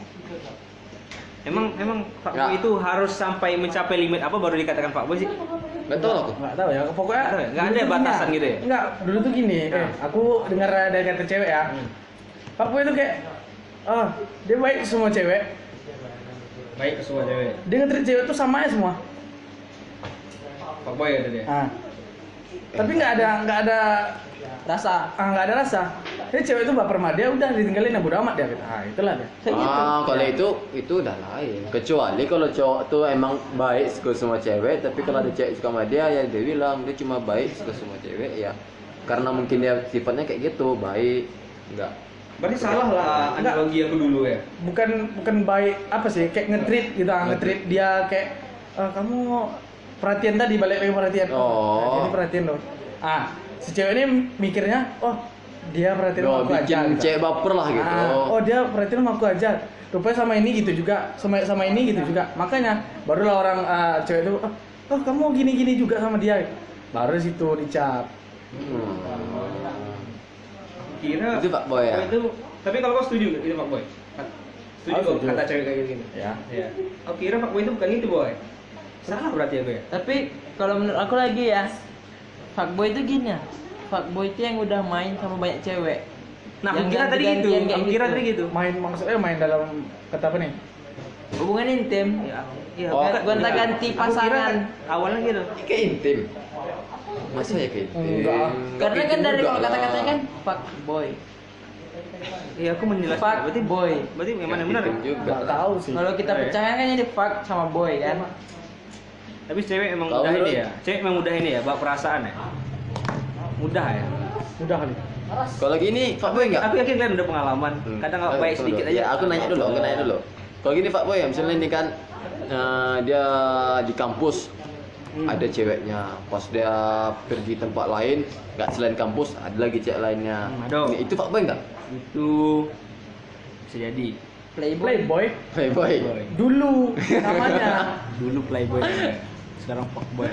Emang emang fuckboy Nggak. itu harus sampai mencapai limit apa baru dikatakan fuckboy sih? Nggak tahu aku. Nggak tahu ya, pokoknya Nggak ada- nggak dulu ada tuh batasan gini gitu ya? Enggak, dulu tuh gini, Nah. eh aku dengar dari kata cewek ya. Hmm. Fuckboy itu kayak ah, dia baik ke semua cewek. Baik ke semua cewek. Dia nge-treat cewek tuh sama aja semua. Fuckboy ya dia. Ah. Tapi nggak ada nggak ada Rasa. ah nggak ada rasa. Jadi cewek itu baper sama dia udah ditinggalin, ya bodo amat dia gitu. Ah, itulah dia. Kayak gitu. Ah, kalau itu itu udah lain. Kecuali kalau cowok tuh emang baik suka semua cewek, tapi kalau ada cewek suka sama dia ya dia bilang dia cuma baik suka semua cewek ya. Karena mungkin dia sifatnya kayak gitu, baik. Enggak. Berarti salah lah Enggak. analogi aku dulu ya. Bukan bukan baik apa sih, kayak nge-treat gitu, ah, nge-treat dia kayak "Ah, kamu perhatian tadi balik lagi perhatian. Oh. Nah, jadi perhatian loh. Ah, si cewek ini mikirnya, oh dia perhatian Oh, sama aku aja. bikin gitu. cewek baper lah gitu. Ah, oh dia perhatian sama aku aja. Rupanya sama ini gitu juga, sama sama ini gitu juga. Makanya barulah orang ah, cewek itu, oh, oh kamu gini-gini juga sama dia. Baru di situ dicap. Hmm. Kira Itu fuckboy ya? Itu, tapi kalau kau setuju nggak itu fuckboy? Setuju Oh, kok setuju. kata cewek kayak gitu? Ya. Iya. Oh kira fuckboy itu bukan itu boy. Salah berarti aku ya. Tapi kalau menurut aku lagi ya, fuckboy itu gini ya. Fuckboy itu yang udah main sama banyak cewek. Nah, Yang aku kira tadi gitu. ganti-gantian kayak Aku kira gitu. tadi gitu. Main maksudnya main dalam kata apa nih? Hubungan intim. Ya, iya. Oh, bukan- gonta-ganti aku kira pasangan. awalnya gitu. Kayak intim. Masa ya kayak intim? Enggak. Nggak Karena kan intim dari juga kalau lah. kata-katanya kan fuckboy. Iya, aku menjelaskan. Fuck Berarti boy. Berarti yang mana Nggak yang benar? intim juga. Nggak tahu sih. Kalau kita Oh, iya. percaya kan jadi fuck sama boy kan. Tapi cewek emang Kalau mudah ini menurut- ya. Cewek emang mudah ini ya, bawa perasaan ya. Mudah ya. Udah kali. Kalau gini, fuckboy enggak? Aku yakin kalian udah pengalaman. Kadang nggak baik sedikit aja. Ya, aku nanya dulu, aku nanya dulu. Kalau gini fuckboy ya, misalnya ini kan eh, dia di kampus ada ceweknya, pas dia pergi tempat lain, nggak selain kampus ada lagi cewek lainnya. Hmm, ada. Ini- Itu fuckboy nggak? Itu bisa jadi. Playboy. Playboy Playboy. Boy. dulu namanya. Dulu playboy. Sekarang fuckboy.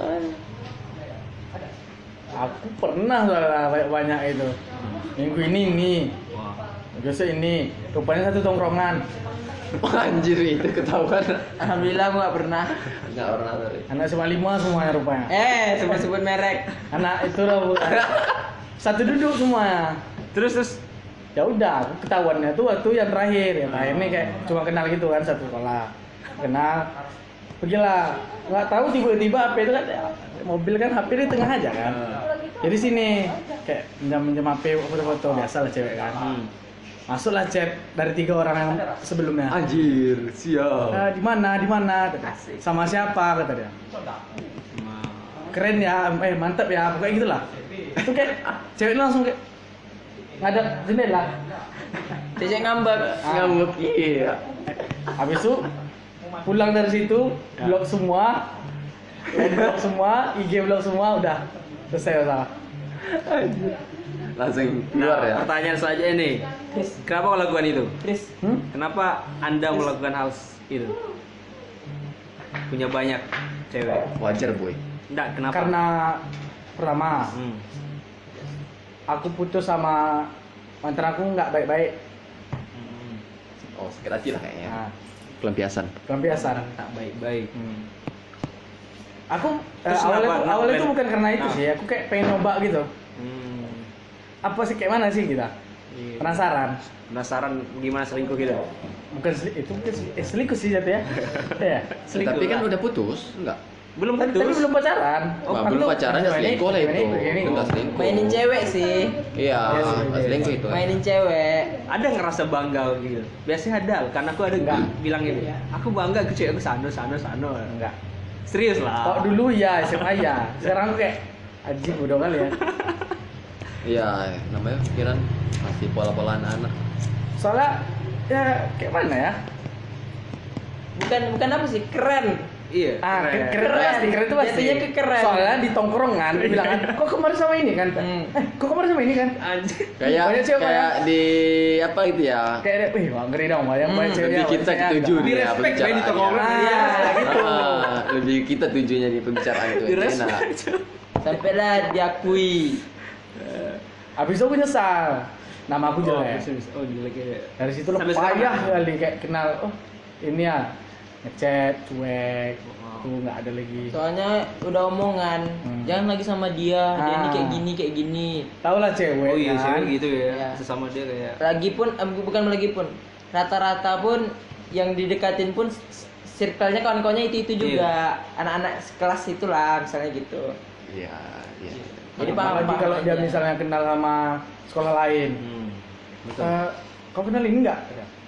Aku pernah soalnya banyak banyak itu. Minggu ini ini, Wah. biasa ini. Rupanya satu tongkrongan. Anjir itu ketahuan. Alhamdulillah aku gak pernah. Nggak pernah sorry. Anak S M A lima semuanya rupanya. Eh, sebut-sebut merek. Anak itu lah bukan. Satu duduk semuanya. Terus terus Ya udah, aku ketahuannya tuh waktu yang terakhir. Yang terakhir nih kayak cuma kenal gitu kan satu sekolah. Kenal. Pergilah. Nggak tahu tiba-tiba H P itu kan mobil kan H P di tengah aja kan. Jadi sini kayak pinjam-pinjam H P foto-foto biasa lah cewek kan. Hmm. Masuklah chat dari tiga orang yang sebelumnya. Anjir, siap. Ah, di mana? Di mana? Kata dia. Sama siapa? Kata dia. Keren ya, eh mantap ya, pokoknya gitulah. Itu kayak cewek langsung kayak ngadep jendela. Cecek ngambek. Ngambek iya. Habis itu pulang dari situ, blok semua, blok semua, I G blok semua, udah selesai masalah. Langsung keluar Nah, ya. pertanyaan selanjutnya nih. Chris, Kenapa kau lakukan itu? Chris. Hmm? Kenapa Anda melakukan hal itu? Punya banyak cewek. Wajar boy. Enggak, kenapa? Karena pertama, Hmm. aku putus sama mantan aku nggak baik-baik. Oh, sakit hati lah kayaknya. Nah, Pelampiasan. pelampiasan. Tak baik-baik. Hmm. Aku eh, Terus awalnya kenapa? tuh, awalnya Kenapa? tuh bukan karena itu Nah. sih, aku kayak pengen nyoba gitu. Hmm. Apa sih kayak mana sih kita? Iya. Penasaran. Penasaran gimana selingkuh gitu? Bukan sel- itu mungkin sel- eh, selingkuh sih jatuh ya. Iya. Selingkuh Tapi kan lah. udah putus, enggak? Belum Tapi, putus. tapi belum pacaran. Wah, Aku belum tuh pacaran ya ini- selingkuh lah ini- itu. ini- ini- Itu nggak selingkuh. Mainin cewek sih. Iya, Iya sih, nggak iya, selingkuh iya. itu. Mainin cewek. Ada ngerasa bangga gitu. Biasanya ada, karena aku ada Enggak. bilang gitu. Aku bangga ke cewek aku sano sano sano. Enggak. Serius lah. Oh dulu ya S M A ya. Sekarang aku kayak anjing bodoh kali ya. Iya, namanya pikiran masih pola-pola anak-anak. Soalnya ya kayak mana ya? Bukan bukan apa sih, keren. Iya. Ah, keren, keren. keren, tuh pasti, keren tuh pasti. Jatuhnya ke keren. Soalnya di tongkrongan bilang kan, kok kemarin sama ini kan? Hmm. Eh, kok kemarin sama ini kan? Anjir. Kayak Banyak cewek kayak ya? di apa gitu ya? Kayak dia, wih, wah ngeri dong, banyak Hmm, banyak ceweknya. lebih kita banyak ketujuh ceweknya. nih ya Di respect, pembicaraannya. Bay, di tongkrongan. Ah, gitu. Ah, lebih kita tujuhnya di pembicaraan itu. Di Enak. respect. Sampailah diakui. Habis itu aku nyesal. Nama aku Oh, jelek. bisa, bisa. Oh, jelek ya. Dari situ lo Sampai sekarang payah ada? kali kayak kenal. Oh, ini ya ngechat, cuek, Oh. tuh nggak ada lagi. Soalnya udah omongan, Hmm. jangan lagi sama dia, dia ini Ah. kayak gini kayak gini. Tahu lah cewek Oh iya, kan. cewek gitu ya. Iya. Sesama dia kayak Lagi pun eh, bukan lagi pun, rata-rata pun yang didekatin pun s- circle-nya kawan-kawannya itu itu juga anak-anak sekelas itulah misalnya gitu. Iya, iya. Jadi paham Apalagi paham kalau dia aja. misalnya kenal sama sekolah lain. hmm. Betul. Eh, kau kenal ini enggak?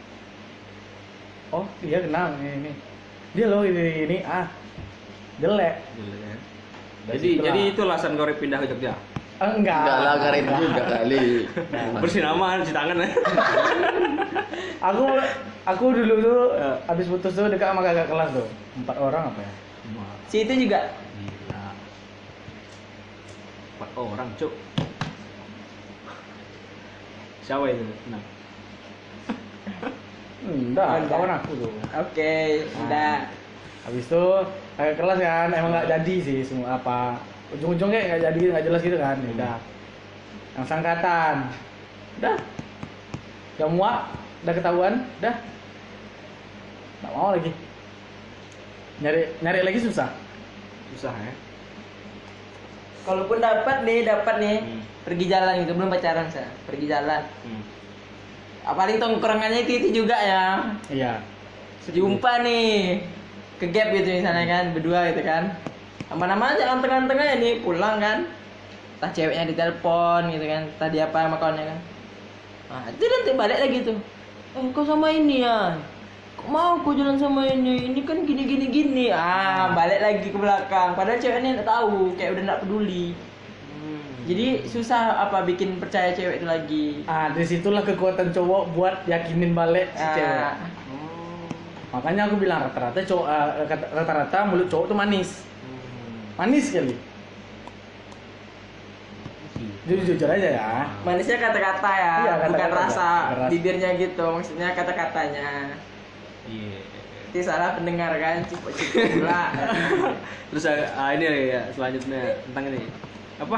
Oh, iya kenal ini, ini. Dia loh ini ini ah. Jelek. Jelek ya. Dari Jadi situlah. jadi itu alasan kau pindah ke Jogja. Eh, enggak. Enggak lah, karena itu juga kali. Bersama cuci tangan ya. Aku aku dulu tuh Eh. habis putus tuh dekat sama kakak kelas tuh. Empat orang apa ya? Si itu juga Gila. Empat orang, cuk. Siapa itu? Nah. Enggak, Enggak. kawan aku tuh. oke, udah. Habis itu kakak kelas kan emang nggak jadi sih semua apa. Ujung-ujungnya nggak jadi nggak jelas gitu kan. Ya udah. Yang sangkatan. Udah. Udah muak, udah ketahuan, udah. Nggak mau lagi. Nyari nyari lagi susah. Susah ya. Kalaupun dapat nih, dapat nih, Hmm. pergi jalan gitu, belum pacaran saya, pergi jalan. Hmm. Apalagi tongkrongannya itu itu juga ya. Iya. Jumpa nih, ke gap gitu misalnya kan, berdua gitu kan. Aman-aman aja anteng-anteng aja nih, pulang kan. Entah ceweknya ditelepon gitu kan, entah dia apa sama kawannya kan. Nah, itu nanti balik lagi tuh. Eh, kau sama ini ya? Kok mau kau jalan sama ini? Ini kan gini gini gini. Ah, balik lagi ke belakang. Padahal ceweknya nggak tahu, kayak udah nggak peduli. Jadi susah apa bikin percaya cewek itu lagi. Ah, disitulah kekuatan cowok buat yakinin balik si cewek. Ah, Makanya aku bilang rata-rata cowok eh, kata- rata-rata mulut cowok tuh manis. Manis sekali. Jujur-jujur aja ya. manisnya kata-kata ya, Iya, bukan kata-kata, rasa bukan rasa. bibirnya gitu, maksudnya kata-katanya. Iya. Nanti salah pendengar kan, cipok-cipok pula. Terus ah, ini ya selanjutnya tentang ini. Apa?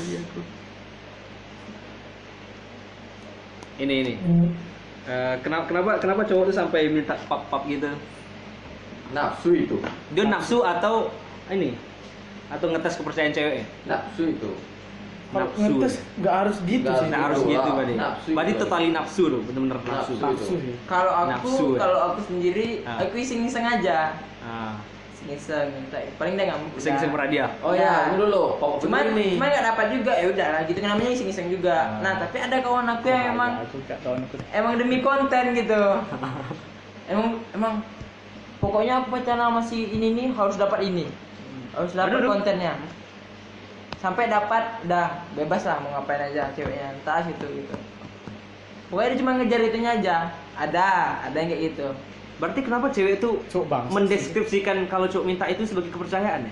Ini ini. Eh, kenapa kenapa kenapa cowok tuh sampai minta pap-pap gitu? Nafsu itu. Dia nafsu atau ini? Atau ngetes kepercayaan ceweknya? Nafsu itu. Kalau Nafsu. ngetes nggak harus gitu Nggak sih. Nah, harus Nafsu, gitu ah, berarti. nafsu Berarti itu. totali nafsu loh, bener-bener nafsu. Nafsu. Nafsu sih. Kalau aku, Nafsu, ya. kalau aku sendiri, Ah. aku iseng-iseng aja, Ah, iseng-iseng minta. Paling dia nggak mau. iseng-iseng pernah dia. Oh ya, ini dulu. Pokok Cuman, ini. cuman nggak dapat juga ya udah lah, gitu kan namanya iseng-iseng juga. Ah. Nah tapi ada kawan aku yang emang, Aku nggak tahu aku. emang demi konten gitu. emang, emang pokoknya aku pacaran sama si ini nih harus dapat ini, harus dapat Aduh, aduh. kontennya. Sampai dapat, dah bebas lah mau ngapain aja ceweknya, entah gitu gitu. Pokoknya dia cuma ngejar itunya aja. Ada, ada yang kayak gitu. Berarti kenapa cewek itu Cuk bang. mendeskripsikan kalau cowok minta itu sebagai kepercayaan ya?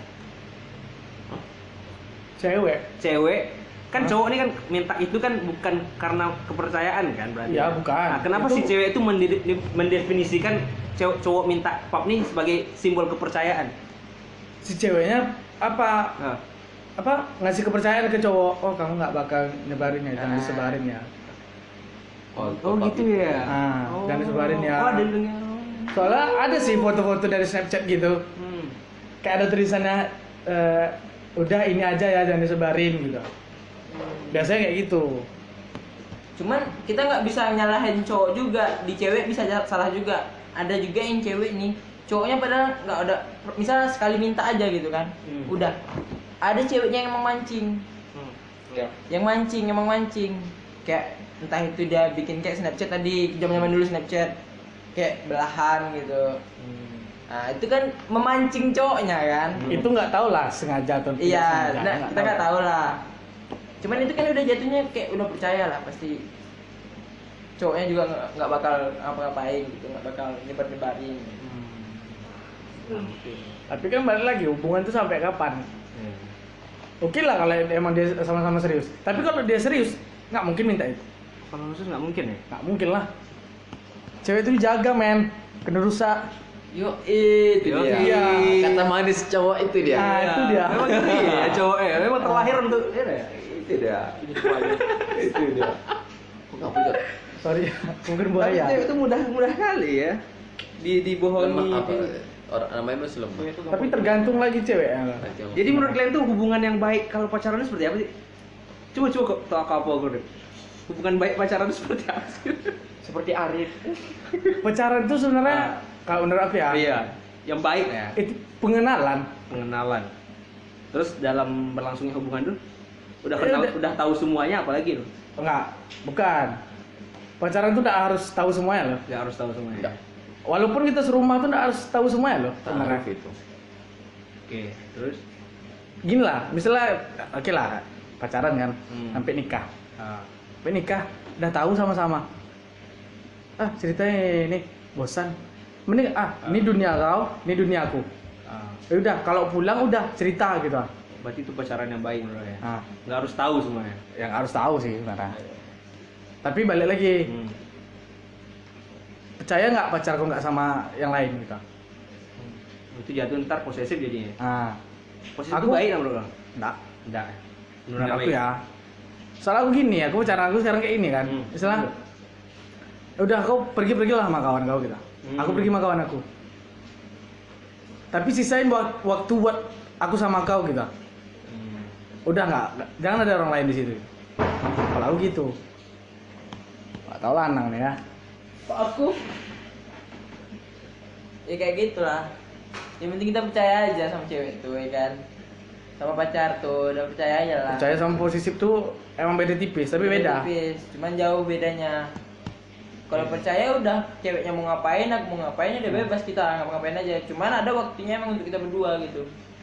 Cewek. Cewek kan Hah? cowok ini kan minta itu kan bukan karena kepercayaan kan berarti. Iya, bukan. Nah, kenapa Itu- si cewek itu mende- mendefinisikan cowok, cowok minta pap nih sebagai simbol kepercayaan? Si ceweknya apa? Nah, apa ngasih kepercayaan ke cowok, oh kamu nggak bakal nyebarin ya, jangan Ah. disebarin ya. Oh, oh gitu ya. Ah, Oh. jangan disebarin ya. Oh, ada dengar. Soalnya ada sih foto-foto dari Snapchat gitu, Hmm. kayak ada tulisannya, eh, udah ini aja ya, jangan disebarin gitu. Biasanya kayak gitu. Cuman kita nggak bisa nyalahin cowok juga, di cewek bisa ja- salah juga. Ada juga yang cewek nih, cowoknya padahal nggak ada, misalnya sekali minta aja gitu kan, Hmm. udah. Ada ceweknya yang emang mancing, Hmm. Ya. yang mancing, emang mancing. Kayak entah itu dia bikin kayak Snapchat tadi, zaman-zaman dulu Snapchat, kayak belahan gitu. Hmm. Nah itu kan memancing cowoknya kan. Itu nggak tahu lah sengaja atau tidak Iya, sengaja. nah, kita nggak tahu lah. Cuman itu kan udah jatuhnya kayak udah percaya lah pasti. Cowoknya juga nggak nggak bakal ngapa-ngapain gitu, nggak bakal nyebar-nyebarin. Hmm. Tapi kan balik lagi, hubungan itu sampai kapan? Ya. Oke lah kalau emang dia sama-sama serius. Tapi kalau dia serius, nggak mungkin minta itu. Kalau khusus nggak mungkin ya. Nggak mungkin lah. Cewek itu dijaga men, kena rusak. Yo itu Yo, dia. iya. Kata manis cowok itu dia. Nah itu dia. Memang gitu ya cowok ya. Memang terlahir untuk ya, ya. Itu dia. Itu dia. Kok nggak punya? Sorry, mungkin Tapi buaya. cewek itu mudah mudah kali ya. Di dibohongi. Lemah apa? di- Orang namanya Muslim. Tapi tergantung lagi cewek ya. Jadi menurut kalian tuh hubungan yang baik kalau pacaran itu seperti apa sih? Coba coba kok tau apa aku deh. Hubungan baik pacaran itu seperti apa sih? Seperti Arif. Pacaran itu sebenarnya kalau menurut aku ya, Iya, yang baik ya. itu pengenalan. Pengenalan. Terus dalam berlangsungnya hubungan tuh udah Ya, kenal, udah. udah tahu semuanya apalagi loh. Enggak, bukan. Pacaran tuh enggak harus tahu semuanya loh. Ya harus tahu semuanya. Enggak. Walaupun kita serumah tuh enggak harus tahu semuanya loh. sebenarnya. Tarif itu. Oke, terus Gini lah, misalnya oke lah pacaran kan, Hmm. sampai nikah. ah, Sampai nikah udah tahu sama-sama. Ah, ceritanya ini bosan. Mending ah, ini dunia kau, ini dunia aku. ah. Ya udah, kalau pulang udah cerita gitu. ah. Berarti itu pacaran yang baik menurut ya. Nah, Nggak harus tahu semuanya. yang harus tahu sih sebenarnya. Tapi balik lagi, Hmm. percaya nggak pacarku nggak sama yang lain gitu. Itu jatuh ntar posesif jadinya. Nah, Posesif Aku- itu baik nggak menurut lo? enggak. Enggak. Menurut aku ya. Soalnya aku gini ya, aku pacaran aku sekarang kayak ini kan. Hmm. Misalnya, udah kau pergi-pergi lah sama kawan kau gitu. Hmm. Aku pergi sama kawan aku. Tapi sisain buat waktu buat aku sama kau gitu. Hmm. Udah nggak, nggak- jangan ada orang lain di situ. Kalau aku gitu. Gak tau lah Anang nih ya. Kok aku? Ya kayak gitulah. Yang penting kita percaya aja sama cewek tuh ya kan. Sama pacar tuh, udah percaya aja lah. Percaya sama posesif tuh emang beda tipis, tapi beda. Tipis, cuman jauh bedanya. Kalau percaya udah ceweknya mau ngapain, aku mau ngapain udah bebas kita ngapa-ngapain aja. Cuman ada waktunya emang untuk kita berdua gitu.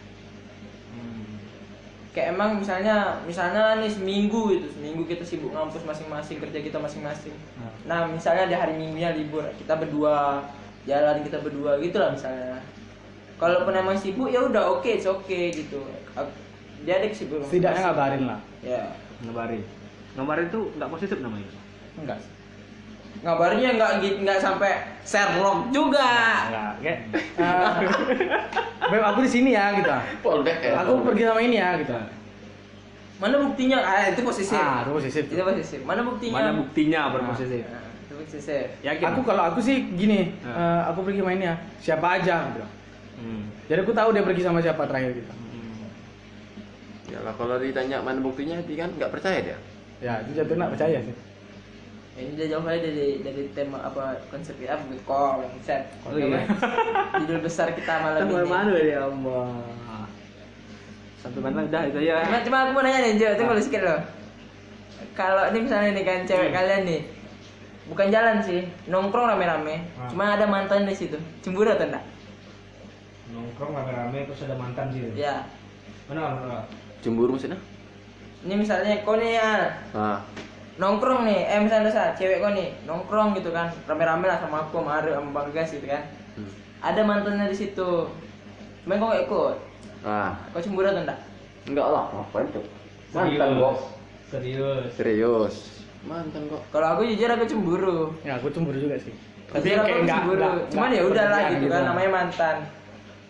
Kayak emang misalnya misalnya nih seminggu gitu, seminggu kita sibuk ngampus masing-masing, kerja kita masing-masing. Nah, misalnya di hari Minggunya libur, kita berdua jalan kita berdua gitu lah misalnya. Kalaupun emang sibuk ya udah oke, it's oke gitu. Aku- Dia ada kesibukan. Setidaknya masing-masing. ngabarin lah. Ya. Ngabarin. Ngabarin tuh nggak positif namanya. Enggak. Ngabarnya nggak gitu, nggak sampai Sherlock juga. Enggak, kayak eh, Beb, aku di sini ya gitu. Polback ya. Aku pergi sama ini ya gitu. Mana buktinya? Ah, itu posesif. Ah, itu posesif. Itu posesif. Mana buktinya? Mana buktinya berposesif? Nah, itu posesif. Yakin? Aku kalau aku sih gini, Ah. eh, aku pergi sama ini ya, siapa aja gitu. Hmm. Jadi aku tahu dia pergi sama siapa terakhir gitu. Ya lah kalau ditanya mana buktinya dia kan nggak percaya dia. Ya, itu jatuh nggak percaya sih. Ini udah jauh kali dari dari tema apa konsep ya good call, set. Oh, iya. Judul besar kita malam Kita ini. mana ya Allah. Satu mana udah itu ya. Cuma, cuma aku mau nanya nih, Jo, tunggu lu sedikit loh. Kalau ini misalnya nih kan cewek Hmm. kalian nih, bukan jalan sih, nongkrong rame-rame, Ah. cuma ada mantan di situ, cemburu atau enggak? Nongkrong rame-rame terus ada mantan sih. Ya, Mana mana? Cemburu maksudnya? ini misalnya kau nih ya, Ah, nongkrong nih, eh misalnya sa, cewek kau nih, nongkrong gitu kan, rame-rame lah sama aku, sama Arif, sama Bang Gas gitu kan. hmm. Ada mantannya di situ, cuman kau gak ikut, ah, kau cemburu atau enggak? enggak lah, ngapain tuh? Mantan kok. Serius. Serius. Mantan kok. Kalau aku jujur aku cemburu. Ya, aku cemburu juga sih. Tapi kayak nggak- cemburu. nggak- Cuman nggak ya udahlah berlebihan gitu kan namanya mantan.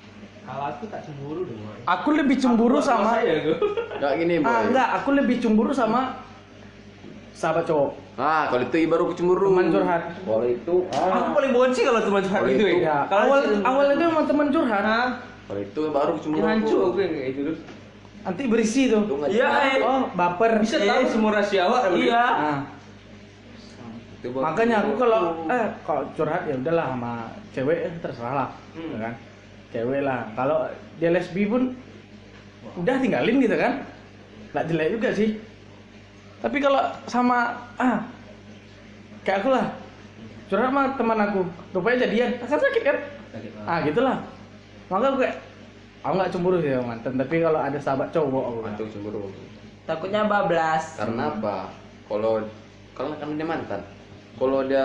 Kalau aku tak cemburu dong. Boy. Aku lebih cemburu sama Enggak gini, Boy. ah, enggak, aku lebih cemburu sama sahabat cowok. Ah, kalau itu baru cemburu. Teman curhat. Kalau itu Aku ah, paling benci kalau teman curhat Kalau gitu itu- ya. Ya, Kalau awal cerita- awal itu emang teman curhat. kalau itu baru cemburu. Hancur aku yang kayak gitu. Nanti berisi tuh. Itu nggak Iya, jelas. eh. Oh, baper. Bisa tahu semua rahasia awak. Iya. Nah, Itu baru makanya aku cemburu. kalau eh kalau curhat ya udahlah sama cewek eh, terserah lah, Hmm. ya kan? Cewek lah. Kalau dia lesbi pun udah tinggalin gitu kan? Nggak jelek juga sih. Tapi kalau sama ah kayak aku lah curhat sama teman aku, rupanya jadian, akan sakit kan? Ah gitulah. Maka aku kayak aku nggak cemburu sih sama mantan. Tapi kalau ada sahabat cowok aku bilang, Itu cemburu. Takutnya bablas. Karena apa? Kalau kalau kan dia mantan. Kalau dia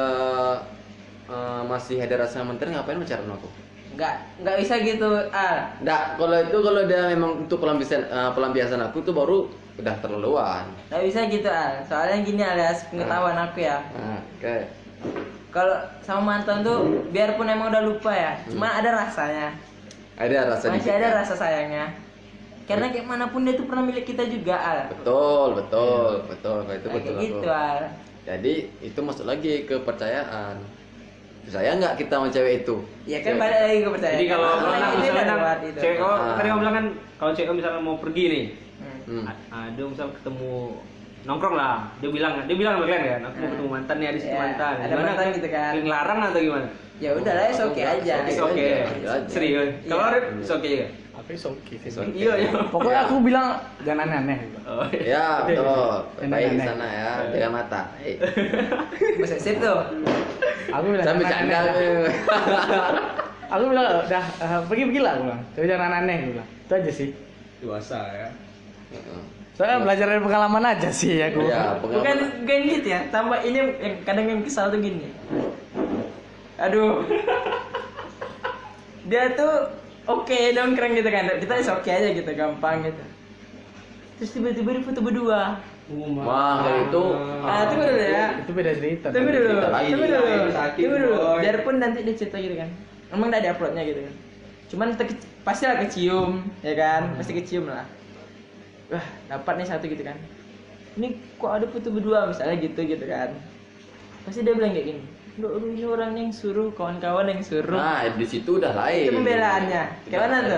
eh, masih ada rasa mantan, ngapain pacaran sama aku? Nggak nggak bisa gitu. Ah, Nggak, kalau itu kalau dia memang untuk pelampiasan eh, pelampiasan aku tuh baru udah terlaluan. nggak bisa gitu ah. Soalnya gini alias pengetahuan aku ya. Nah, kayak Kalau sama mantan tuh biarpun emang udah lupa ya, cuman ada rasanya. ada rasa Masih dikit ada kan? rasa sayangnya. Karena kayak manapun dia tuh pernah milik kita juga al. Betul, betul, betul. Kalau itu Nah, betul kayak gitu aku. al. Jadi itu masuk lagi ke kepercayaan. Percaya nggak kita sama cewek itu? Ya kan Cewek. balik lagi ke percayaan. Jadi kalau Karena kalau itu misalnya udah nang- lewat itu. cewek kalau Ah. tadi kamu bilang kan kalau cewek kamu misalnya mau pergi nih, Hmm. Hmm. a- ada misal ketemu nongkrong lah, dia bilang dia bilang sama kalian kan, aku mau Hmm. ketemu mantan nih, ada situ Ya, mantan. ada Gimana, mantan kan? gitu kan. Kalian larang atau gimana? Ya udah lah, it's okay aja. It's Oke okay. aja, aja. Serius. Kalau Iya. Arif, it's okay juga. apa is oke sih. It's okay. Iya, iya. Pokoknya aku bilang jangan aneh-aneh. Oh, iya. Ya, betul. Enak, Baik di enak. sana ya, jaga mata. Eh, Posesif tuh. Aku bilang Saya jangan bercanda. aneh-aneh. Aku bilang udah eh, pergi-pergi lah aku bilang. Tapi jangan aneh aku bilang. Itu aja sih. Dewasa ya. Heeh. Soalnya belajar dari pengalaman aja sih aku. Ya, Bukan pengalaman. bukan gitu ya. Tambah ini yang kadang yang kesal tuh gini. Aduh. Dia tuh oke nongkrong gitu kan. Kita is oke aja gitu, gampang gitu. Terus tiba-tiba di foto berdua. Wah, kayak itu. Ah, tunggu dulu ya. Itu beda cerita. Tunggu dulu. Cerita lain. Tunggu dulu. Sakit, Tunggu dulu. boy. Biarpun nanti dia cerita gitu kan. Emang udah ada uploadnya gitu kan. Cuman te- pasti lah kecium, ya kan? Pasti kecium lah. Wah, dapat nih satu gitu kan. Ini kok ada foto berdua misalnya gitu gitu kan. Pasti dia bilang kayak gini. Loh, lu ini orang yang suruh, kawan-kawan yang suruh. Nah, di situ udah lain. Itu pembelaannya. Kayak mana tuh?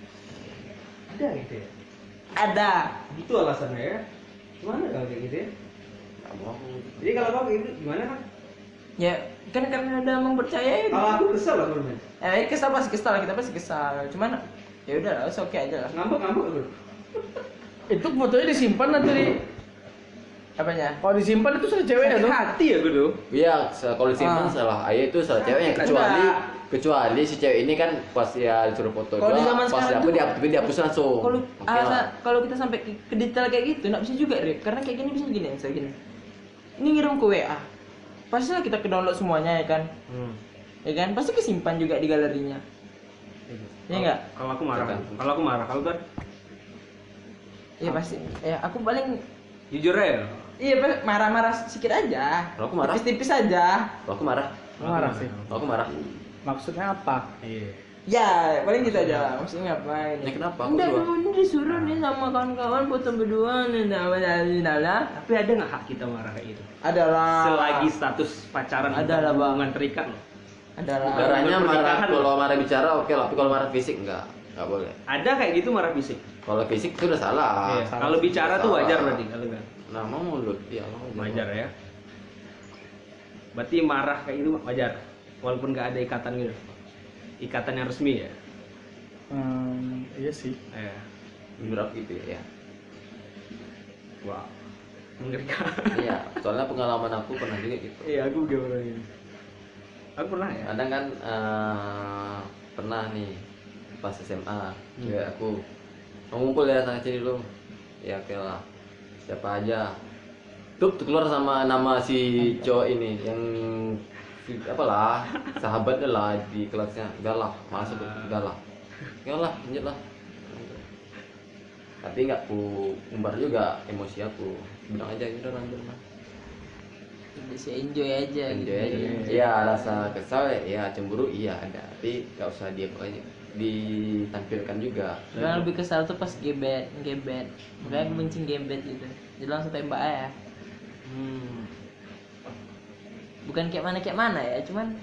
Ada gitu ya. Ada. Itu alasannya ya. Gimana kalau kayak gitu ya? Nggak mau. Jadi kalau kamu kayak gitu gimana kan? Ya, kan karena udah mempercayai. Kalau aku kesel lah dulu. Eh, kesal pasti kesal, kita pasti kesal. Cuman ya udah lah, oke aja lah. Ngambek-ngambek dulu. Itu fotonya disimpan atau di Apanya? kalau disimpan itu salah cewek ya tuh. Hati ya gue tuh. Iya, se- kalau disimpan Ah. salah ayah itu salah ceweknya Enggak. kecuali kecuali si cewek ini kan pas ya disuruh foto Kalau di doang, zaman pas sekarang apa tuh- dia tapi dihapus langsung. Kalau Oke alasan lah. kalau kita sampai ke, ke detail kayak gitu nggak bisa juga Rip. Karena kayak gini bisa gini, bisa gini. Ini ngirim ke W A. Pastilah kita ke download semuanya ya kan. Hmm. Ya kan? Pasti kesimpan juga di galerinya. Iya enggak? Kalau aku marah. Tergantung. Kalau aku marah, kalau kan Iya pasti. Ya aku paling jujur ya. iya Pak, marah-marah sedikit aja. Kalau aku marah. Tipis-tipis aja. Kalau aku marah. Marah sih. Kalau aku marah. Maksudnya apa? Iya. Ya, paling gitu aja. Maksudnya ngapain? Ya, kenapa? Aku Enggak, dua. dulu ini disuruh nih sama kawan-kawan foto berdua nih, nah, nah, nah, nah. Tapi ada nggak hak kita marah kayak gitu? Adalah. Selagi status pacaran Ada lah, Bang. hubungan terikat loh. Adalah. Darahnya marah pernikahan kalau loh. marah bicara oke lah, tapi kalau marah fisik enggak. Enggak boleh. Ada kayak gitu marah fisik. Kalau fisik itu udah salah. Iya. Kalau bicara tuh Salah. wajar berarti kalau kan. Nah, mau mulut ya, mau Wajar ya. Berarti marah kayak gitu wajar. Walaupun nggak ada ikatan gitu. Ikatan yang resmi ya. Hmm, iya sih. Eh. Menurut aku gitu ya. Wow. Mengerikan. Iya, soalnya pengalaman aku pernah juga gitu. Iya, aku juga pernah gitu. Aku pernah ya. Kadang kan eh, pernah nih pas S M A, cewek aku mau ngumpul ya sana sini dulu. Ya oke lah. Siapa aja. Tuh tuh keluar sama nama si cowok ini yang si- apalah sahabatnya lah di kelasnya. Enggak lah, masuk enggak lah. Enggak lah, lanjut lah. Tapi nggak ku umbar juga emosi aku. Bilang aja udah lanjut lah. Bisa enjoy aja. Enjoy aja. gitu. Iya, rasa kesal ya, cemburu iya ada. Tapi nggak usah diam aja. ditampilkan juga. Yang lebih kesal tuh pas gebet, gebet. Makanya aku benci gebet gitu. Jadi langsung tembak aja. Hmm. Bukan kayak mana kayak mana ya, cuman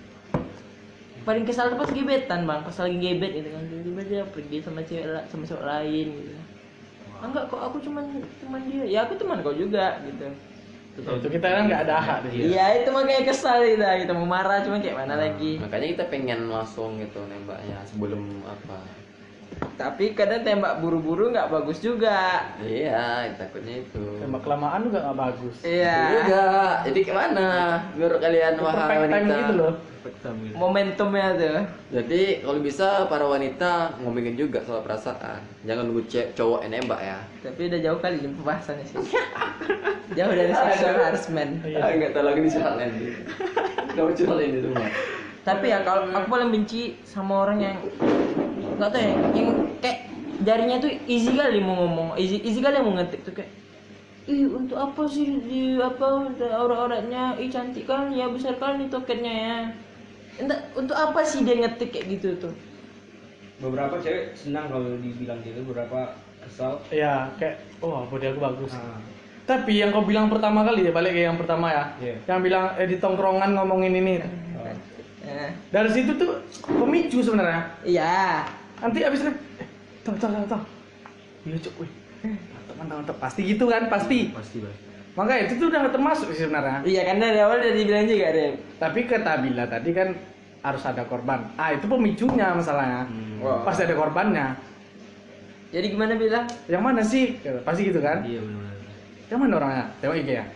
paling kesal tuh pas gebetan bang, pas lagi gebet gitu kan, tiba-tiba dia pergi sama cewek la- sama cowok lain gitu. Ah, enggak kok, aku cuman teman dia, ya aku teman kau juga gitu. Ya, itu kita kan nggak ada hak di situ. Iya itu makanya kesal kita, kita mau marah cuman kayak mana lagi. Makanya kita pengen langsung gitu nembaknya sebelum apa. Tapi kadang tembak buru-buru nggak bagus juga. Iya, takutnya itu. Tembak kelamaan juga nggak bagus. Iya. Juga. Jadi kemana? Biar kalian Itu wahai perfect time wanita. gitu loh. Momentumnya tuh. Jadi kalau bisa para wanita ngomongin juga soal perasaan. Jangan nunggu ce- cowok yang nembak ya. Tapi udah jauh kali nih pembahasannya sih. Jauh dari sexual harassment. Iya. Ah, nggak tahu lagi di soal ini. Nggak mau curhat ini semua. Tapi ya kalau aku paling benci sama orang yang nggak tahu ya, yang kayak jarinya tuh easy kali mau ngomong, easy easy kali mau ngetik tuh kayak, ih untuk apa sih di apa aurat-auratnya, ih cantik kan ya, besar kan nih toketnya ya. Entah untuk apa sih dia ngetik kayak gitu tuh. Beberapa cewek senang kalau dibilang gitu, beberapa kesal. Iya, kayak oh body aku bagus. Ah. Tapi yang kau bilang pertama kali ya, balik ke yang pertama ya. Iya. Yang bilang eh, di tongkrongan ngomongin ini. Oh. Eh, Dari situ tuh pemicu sebenarnya. iya. Nanti abis itu, eh, tahu tahu tahu tahu. Iya cuk, wih. Mantap mantap mantap. Pasti gitu kan, pasti. Pasti Bang. Makanya itu tuh udah nggak termasuk sih sebenarnya. Iya kan dari awal udah dibilang juga deh. Tapi kata Bila tadi kan harus ada korban. Ah itu pemicunya masalahnya. Hmm. Wah. Pasti ada korbannya. Jadi gimana bilang? Yang mana sih? Pasti gitu kan? Iya benar. Yang mana orangnya? Tengok I G ya.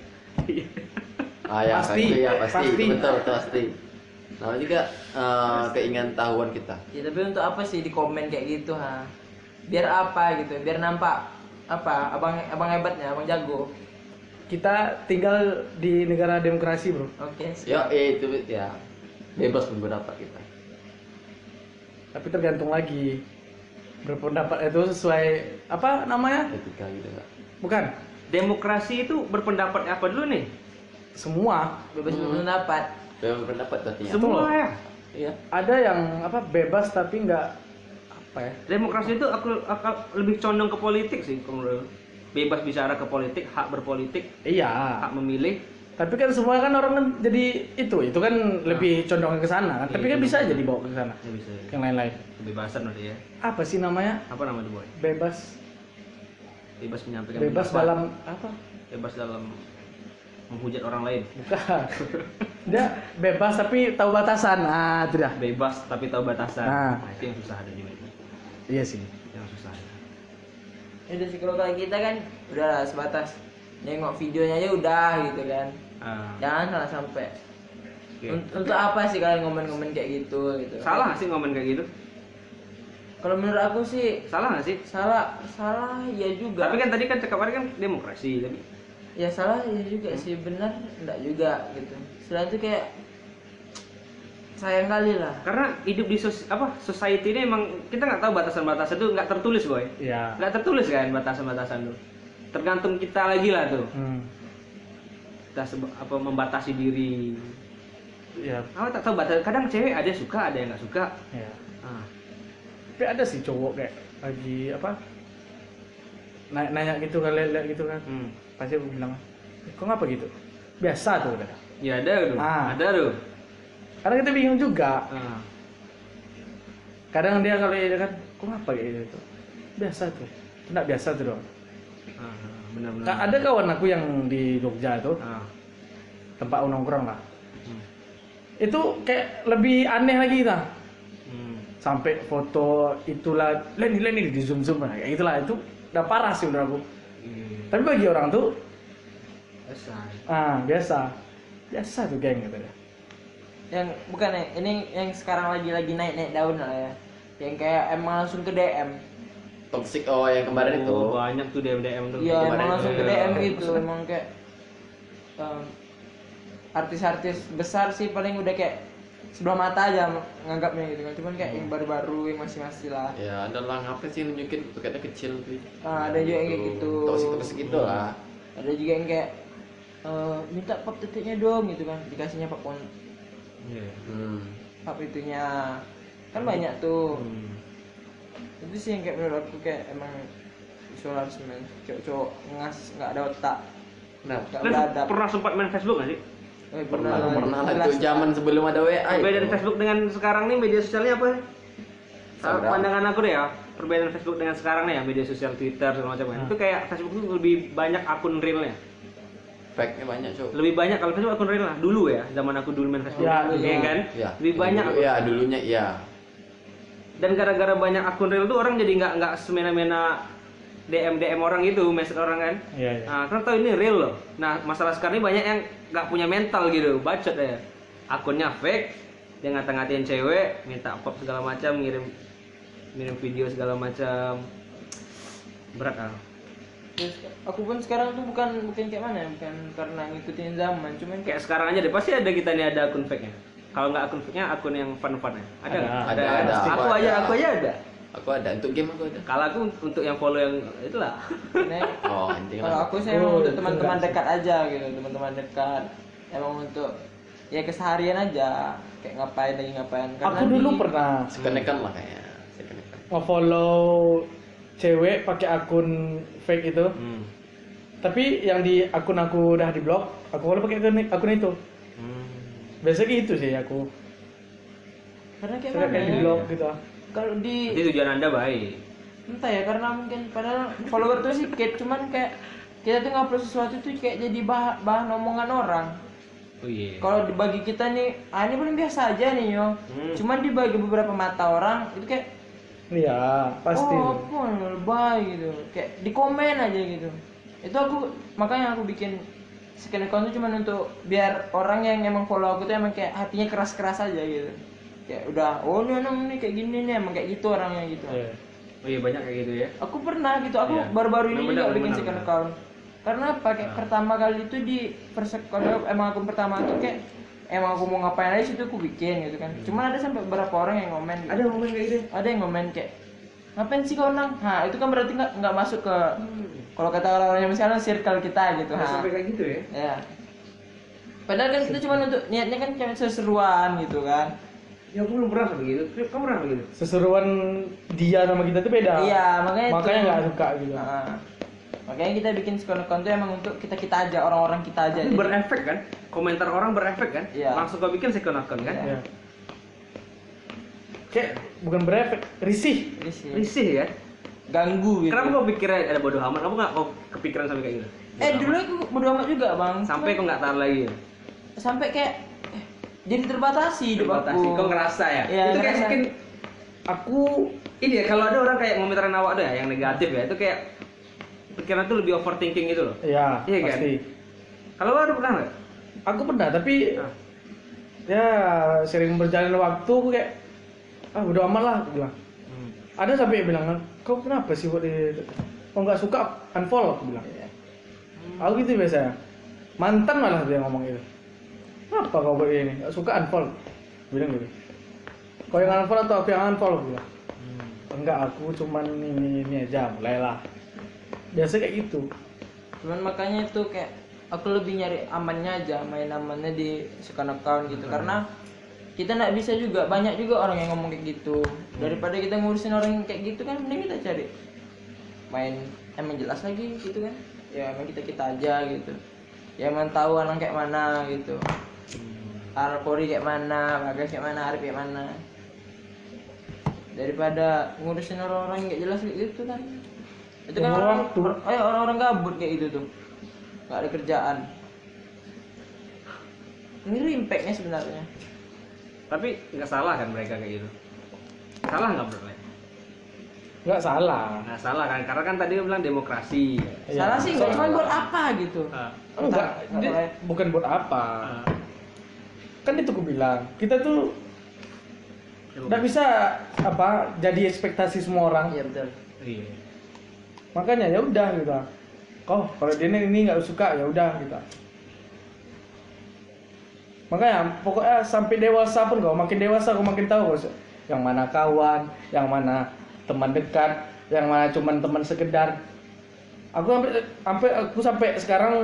Ah ya, Pasti, itu ya pasti, pasti. Itu betul, betul pasti. Nah juga eh, keinginan tahuan kita. Ya tapi untuk apa sih di komen kayak gitu ha? Biar apa gitu? Biar nampak apa? Abang abang hebatnya, abang jago. Kita tinggal di negara demokrasi bro. Oke. Ya siap. eh, itu ya bebas berpendapat kita. Tapi tergantung lagi berpendapat itu sesuai apa namanya? Etika gitu enggak. Bukan Demokrasi itu berpendapat apa dulu nih? semua. Bebas berpendapat. Bebas berpendapat artinya. Semua loh. ya. Iya. Ada yang apa bebas tapi nggak apa ya? Demokrasi itu aku, aku lebih condong ke politik sih, kalau menurut. Bebas bicara ke politik, hak berpolitik, Iya. hak memilih. Tapi kan semua kan orang kan jadi itu, itu kan lebih condong ke sana kan. Tapi Iya, kan bisa condong. aja dibawa ke sana. Ya bisa. Yang lain-lain. Kebebasan berarti ya. Apa sih namanya? Apa nama itu boy? Bebas. Bebas menyampaikan Bebas pendapat. dalam apa? Bebas dalam menghujat orang lain. Bukan. Dia bebas tapi tahu batasan. Ah, itu dah. Bebas tapi tahu batasan. Nah. Nah, itu yang susah ada juga itu. Iya sih. Yang susah. Ya udah sih kalau kayak kita kan udah lah sebatas nengok videonya aja udah gitu kan. Ah. Jangan salah sampai. Oke. Un- Untuk apa sih kalian ngomen-ngomen kayak gitu gitu? Salah nggak sih ngomong kayak gitu? Kalau menurut aku sih Salah nggak sih? salah, salah ya juga. Tapi kan tadi kan cakapannya kan demokrasi, tapi Ya salah ya juga sih, benar enggak juga gitu. Selain itu kayak sayang kali lah. karena hidup di sos- apa society ini emang kita nggak tahu batasan-batasan itu nggak tertulis boy. Iya. Nggak tertulis kan batasan-batasan tuh. Tergantung kita lagi lah tuh. Hmm. Kita seba- apa membatasi diri. Iya. Aku tak tahu batas. Kadang cewek ada yang suka, ada yang nggak suka. Iya. Ah. Tapi ada sih cowok kayak lagi apa? Nanya, nanya gitu kan, lihat gitu kan. Hmm. Pasti aku bilang, eh, kok ngapa gitu? Biasa tuh udah. Ya ada tuh. Ah. Ada tuh. Karena kita bingung juga. Ah. Kadang dia kalau dia kan, kok ngapa kayak gitu? Biasa tuh. Enggak biasa tuh dong. Ah, benar-benar. Ka- Ada kawan aku yang di Jogja tuh, Ah. tempat nongkrong lah. Hmm. Itu kayak lebih aneh lagi ta. Hmm. Sampai foto itulah, Leni Leni di zoom zoom lah, kayak itulah itu udah parah sih menurut aku. Hmm. Tapi bagi orang tuh, Biasa. ah biasa, biasa tuh geng gitu ya. Yang bukan ya, ini yang sekarang lagi lagi naik-naik daun lah ya. Yang kayak emang langsung ke D M. Toxic oh yang kemarin itu. Oh, banyak tuh D M D M tuh. Iya, kemarin emang langsung ke itu. D M gitu, emang kayak em, artis-artis besar sih paling udah kayak sebelah mata aja nganggapnya gitu kan. Cuman kayak yang baru-baru yang masih-masih lah. Ya ada lah ngapain sih nunjukin toketnya kecil tuh. Ah, ada juga yang kayak gitu. Toxic toxic gitu lah. Ada juga yang kayak eh, minta pap titiknya dong gitu kan, dikasihnya pap pon Iya. Hmm. pap itunya. kan banyak tuh. Hmm. Itu sih yang kayak menurut aku kayak emang visual harassment, cowok-cowok ngas nggak ada otak, Nah, nggak kan beradab. pernah sempat main Facebook nggak sih? Eh, Pernah, pernah, pernah lah jelas itu zaman sebelum ada W A. Perbedaan itu. Facebook dengan sekarang nih media sosialnya apa? Instagram. Pandangan aku deh ya, perbedaan Facebook dengan sekarang nih ya, media sosial Twitter segala macam. Hmm. Itu kayak Facebook itu lebih banyak akun realnya. Fake-nya banyak, Cok. Lebih banyak kalau Facebook akun real lah. Dulu ya, zaman aku dulu main Facebook. Ya, Iya dulu. kan? Ya. Lebih banyak Dulu, akun. ya, dulunya iya. Dan gara-gara banyak akun real tuh orang jadi nggak nggak semena-mena D M D M orang gitu, message orang kan. Iya, iya. Nah, kan tahu ini real loh. Nah, masalah sekarang ini banyak yang nggak punya mental gitu, bacot ya. Akunnya fake, dia ngata-ngatain cewek, minta pop segala macam, ngirim ngirim video segala macam. Berat ah. Terus aku pun sekarang tuh bukan bukan kayak mana ya, bukan karena ngikutin zaman, cuman kayak Kayak sekarang aja deh, pasti ada kita nih ada akun fake-nya. Kalau nggak akun fake-nya, akun yang fun-fun ya. Ada, nggak? Ada, ada, ada, ada. ada. Aku Ada. aja, aku aja ada. Aku ada untuk game aku ada. Kalau aku untuk yang follow yang itulah. ini Oh, anjing. kalau aku sih Oh, emang untuk itu teman-teman enggak sih. dekat aja gitu, teman-teman dekat. Emang untuk ya keseharian aja, kayak ngapain lagi ngapain. Karena Aku dulu di- pernah Sekenekan lah kayaknya. Sekenekan. nge-follow cewek pakai akun fake itu. Hmm. Tapi yang di akun aku udah di blok, aku follow pakai akun, akun itu. Hmm. Biasa gitu sih aku. karena kayak Saya mana kayak di ya? blok gitu. Kalau di Jadi tujuan anda baik. entah ya karena mungkin padahal follower tuh sedikit, cuman kayak kita tuh ngupload sesuatu tuh kayak jadi bah- bahan omongan orang. Oh iya. Kalau dibagi kita nih, ah ini paling biasa aja nih yo. Hmm. Cuman dibagi beberapa mata orang itu kayak Iya, pasti. oh apa nih, lebay gitu. Kayak di komen aja gitu. Itu aku makanya aku bikin second account tuh cuman untuk biar orang yang emang follow aku tuh emang kayak hatinya keras-keras aja gitu. Kayak udah oh ini orang nih kayak gini nih emang kayak gitu orangnya gitu. Iya. Oh iya banyak kayak gitu ya. Aku pernah gitu, aku Iya. baru-baru ini Benar, juga benar, bikin benar, second benar. account. Karena apa? Kayak Ah. pertama kali itu di first account emang akun pertama tuh kayak emang aku mau ngapain aja situ aku bikin gitu kan. Cuman ada sampai beberapa orang yang ngomen. Gitu. Ada momen kayak gitu. Ada yang ngomen kayak ngapain sih kau nang? Nah itu kan berarti nggak nggak masuk ke kalau kata orang-orang yang sekarang circle kita gitu. Ada Ha. sampai kayak gitu ya. Ya. Padahal kan kita cuma untuk niatnya kan cuma seseruan gitu kan. Ya aku belum pernah begitu. Kamu pernah begitu? Seseruan dia sama kita tuh beda. Iya makanya. itu. Makanya nggak suka gitu. Nah, makanya kita bikin second account tuh emang untuk kita kita aja orang-orang kita aja. Tapi Jadi- berefek kan? Komentar orang berefek kan? Iya. Langsung kau bikin second account kan? Iya. Iya. Kayak bukan berefek, risih. Risih. Risih ya. Ganggu gitu. Kenapa kau pikirnya ada bodoh amat? Kamu nggak kau kepikiran sampai kayak gitu? Eh dulu aku bodo amat juga bang. Sampai kau nggak tahan lagi. Ya? sampai kayak eh, jadi terbatasi hidup Terbatasi. aku. Kau ngerasa ya? Iya, itu kayak ngerasa. mungkin aku ini ya kalau ada orang kayak ngomentarin awak tuh ya yang negatif ya itu kayak pikiran tuh lebih overthinking gitu loh. Iya, Iya kan? pasti. Kalau lo ada pernah nggak? Aku pernah, tapi Ah. ya sering berjalan waktu aku kayak ah bodo amat lah aku bilang. Ada sampai yang bilang, kau kenapa sih buat di kau nggak suka unfollow aku bilang. Iya. Aku gitu biasanya. Mantan malah dia ngomong gitu. Kenapa kau buat ini? Nggak suka unfollow. Bilang gitu. Kau yang unfollow atau aku yang unfollow aku bilang. Enggak, aku cuman ini ini aja, mulailah. Biasa kayak gitu. Cuman makanya itu kayak aku lebih nyari amannya aja, main amannya di second account gitu. Karena kita nggak bisa juga, banyak juga orang yang ngomong kayak gitu. Daripada kita ngurusin orang yang kayak gitu kan, mending kita cari main emang jelas lagi gitu kan. Ya emang kita kita aja gitu. Ya emang tahu orang kayak mana gitu. Alpori kayak mana, Bagas kayak mana, Arif kayak mana. Daripada ngurusin orang-orang yang nggak jelas kayak gitu kan. Itu kan Buang orang, waktu. eh, orang-orang gabut kayak gitu tuh. Nggak ada kerjaan. Ini impactnya sebenarnya. Tapi nggak salah kan mereka kayak gitu? Salah nggak bro? Nggak salah. Nggak salah kan? Karena kan tadi dia bilang demokrasi. Iya. Salah sih nggak Salah. cuma buat apa gitu. Ah. Enggak, Entah, dia- entah. bukan buat apa. Ah. Kan itu aku bilang, kita tuh nggak bisa apa jadi ekspektasi semua orang. Iya betul. Iya. Makanya ya udah gitu. Oh, kalau dia ini nggak suka ya udah gitu. Makanya pokoknya sampai dewasa pun kau makin dewasa kau makin tahu kau yang mana kawan, yang mana teman dekat, yang mana cuman teman sekedar. Aku sampai sampai aku sampai sekarang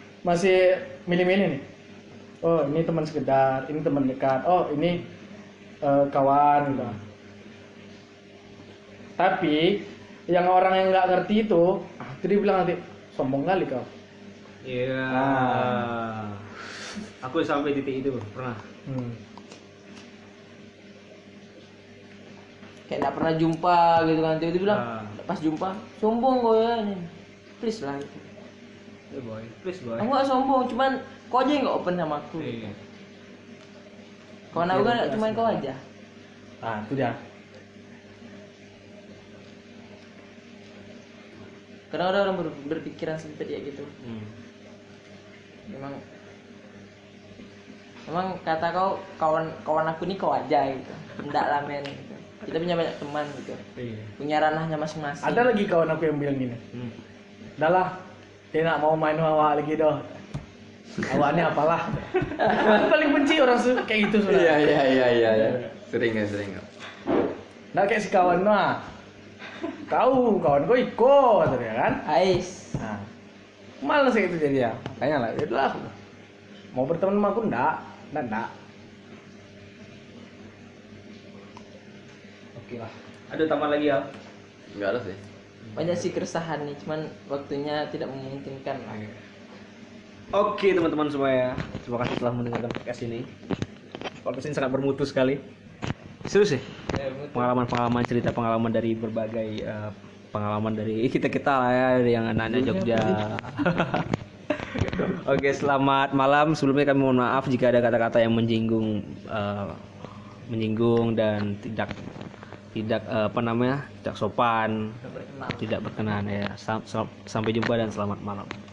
masih milih-milih nih. Oh, ini teman sekedar, ini teman dekat. Oh, ini eh, kawan gitu. Tapi yang orang yang nggak ngerti itu, ah, itu dia bilang nanti sombong kali kau. Iya. Ah. Aku sampai titik itu pernah. Hmm. Kayak nggak pernah jumpa gitu kan, tiba-tiba bilang Ah. pas jumpa sombong kau ya, ini. Please lah gitu. Eh boy, please boy. Aku nggak sombong, cuman kau aja yang nggak open sama aku. Iya. Kawan aku kan cuman kau aja. Ah, itu dia. Karena ada orang ber- berpikiran sempit ya gitu. Hmm. Memang memang kata kau kawan kawan aku nih kau aja gitu. Enggak lah men gitu. Kita punya banyak teman gitu. Iya. Punya ranahnya masing-masing. Ada lagi kawan aku yang bilang gini. Hmm. Dah lah, dia nak mau main sama awak lagi doh. Awaknya apalah. Aku paling benci orang su- kayak gitu sudah. Iya iya iya iya. iya. Sering ya sering. ya. Nah kayak si kawan mah. Tahu kawan kau ikut kata dia kan. Ais. Nah, malas kayak gitu jadi ya. Makanya lah, ya udahlah. Mau berteman sama aku enggak, enggak, enggak. Oke lah. Ada tambahan lagi ya? Enggak ada sih. Banyak sih keresahan nih, cuman waktunya tidak memungkinkan lah. Oke teman-teman semua ya, terima kasih telah mendengarkan podcast ini. Podcast ini sangat bermutu sekali. Seru sih. Pengalaman-pengalaman, cerita pengalaman dari berbagai eh, pengalaman dari kita-kita lah ya, dari yang anak-anak Jogja. Oke, selamat malam. Sebelumnya kami mohon maaf jika ada kata-kata yang menyinggung eh, menyinggung dan tidak tidak eh, apa namanya? tidak sopan, tidak berkenan ya. Sam- sam- Sampai jumpa dan selamat malam.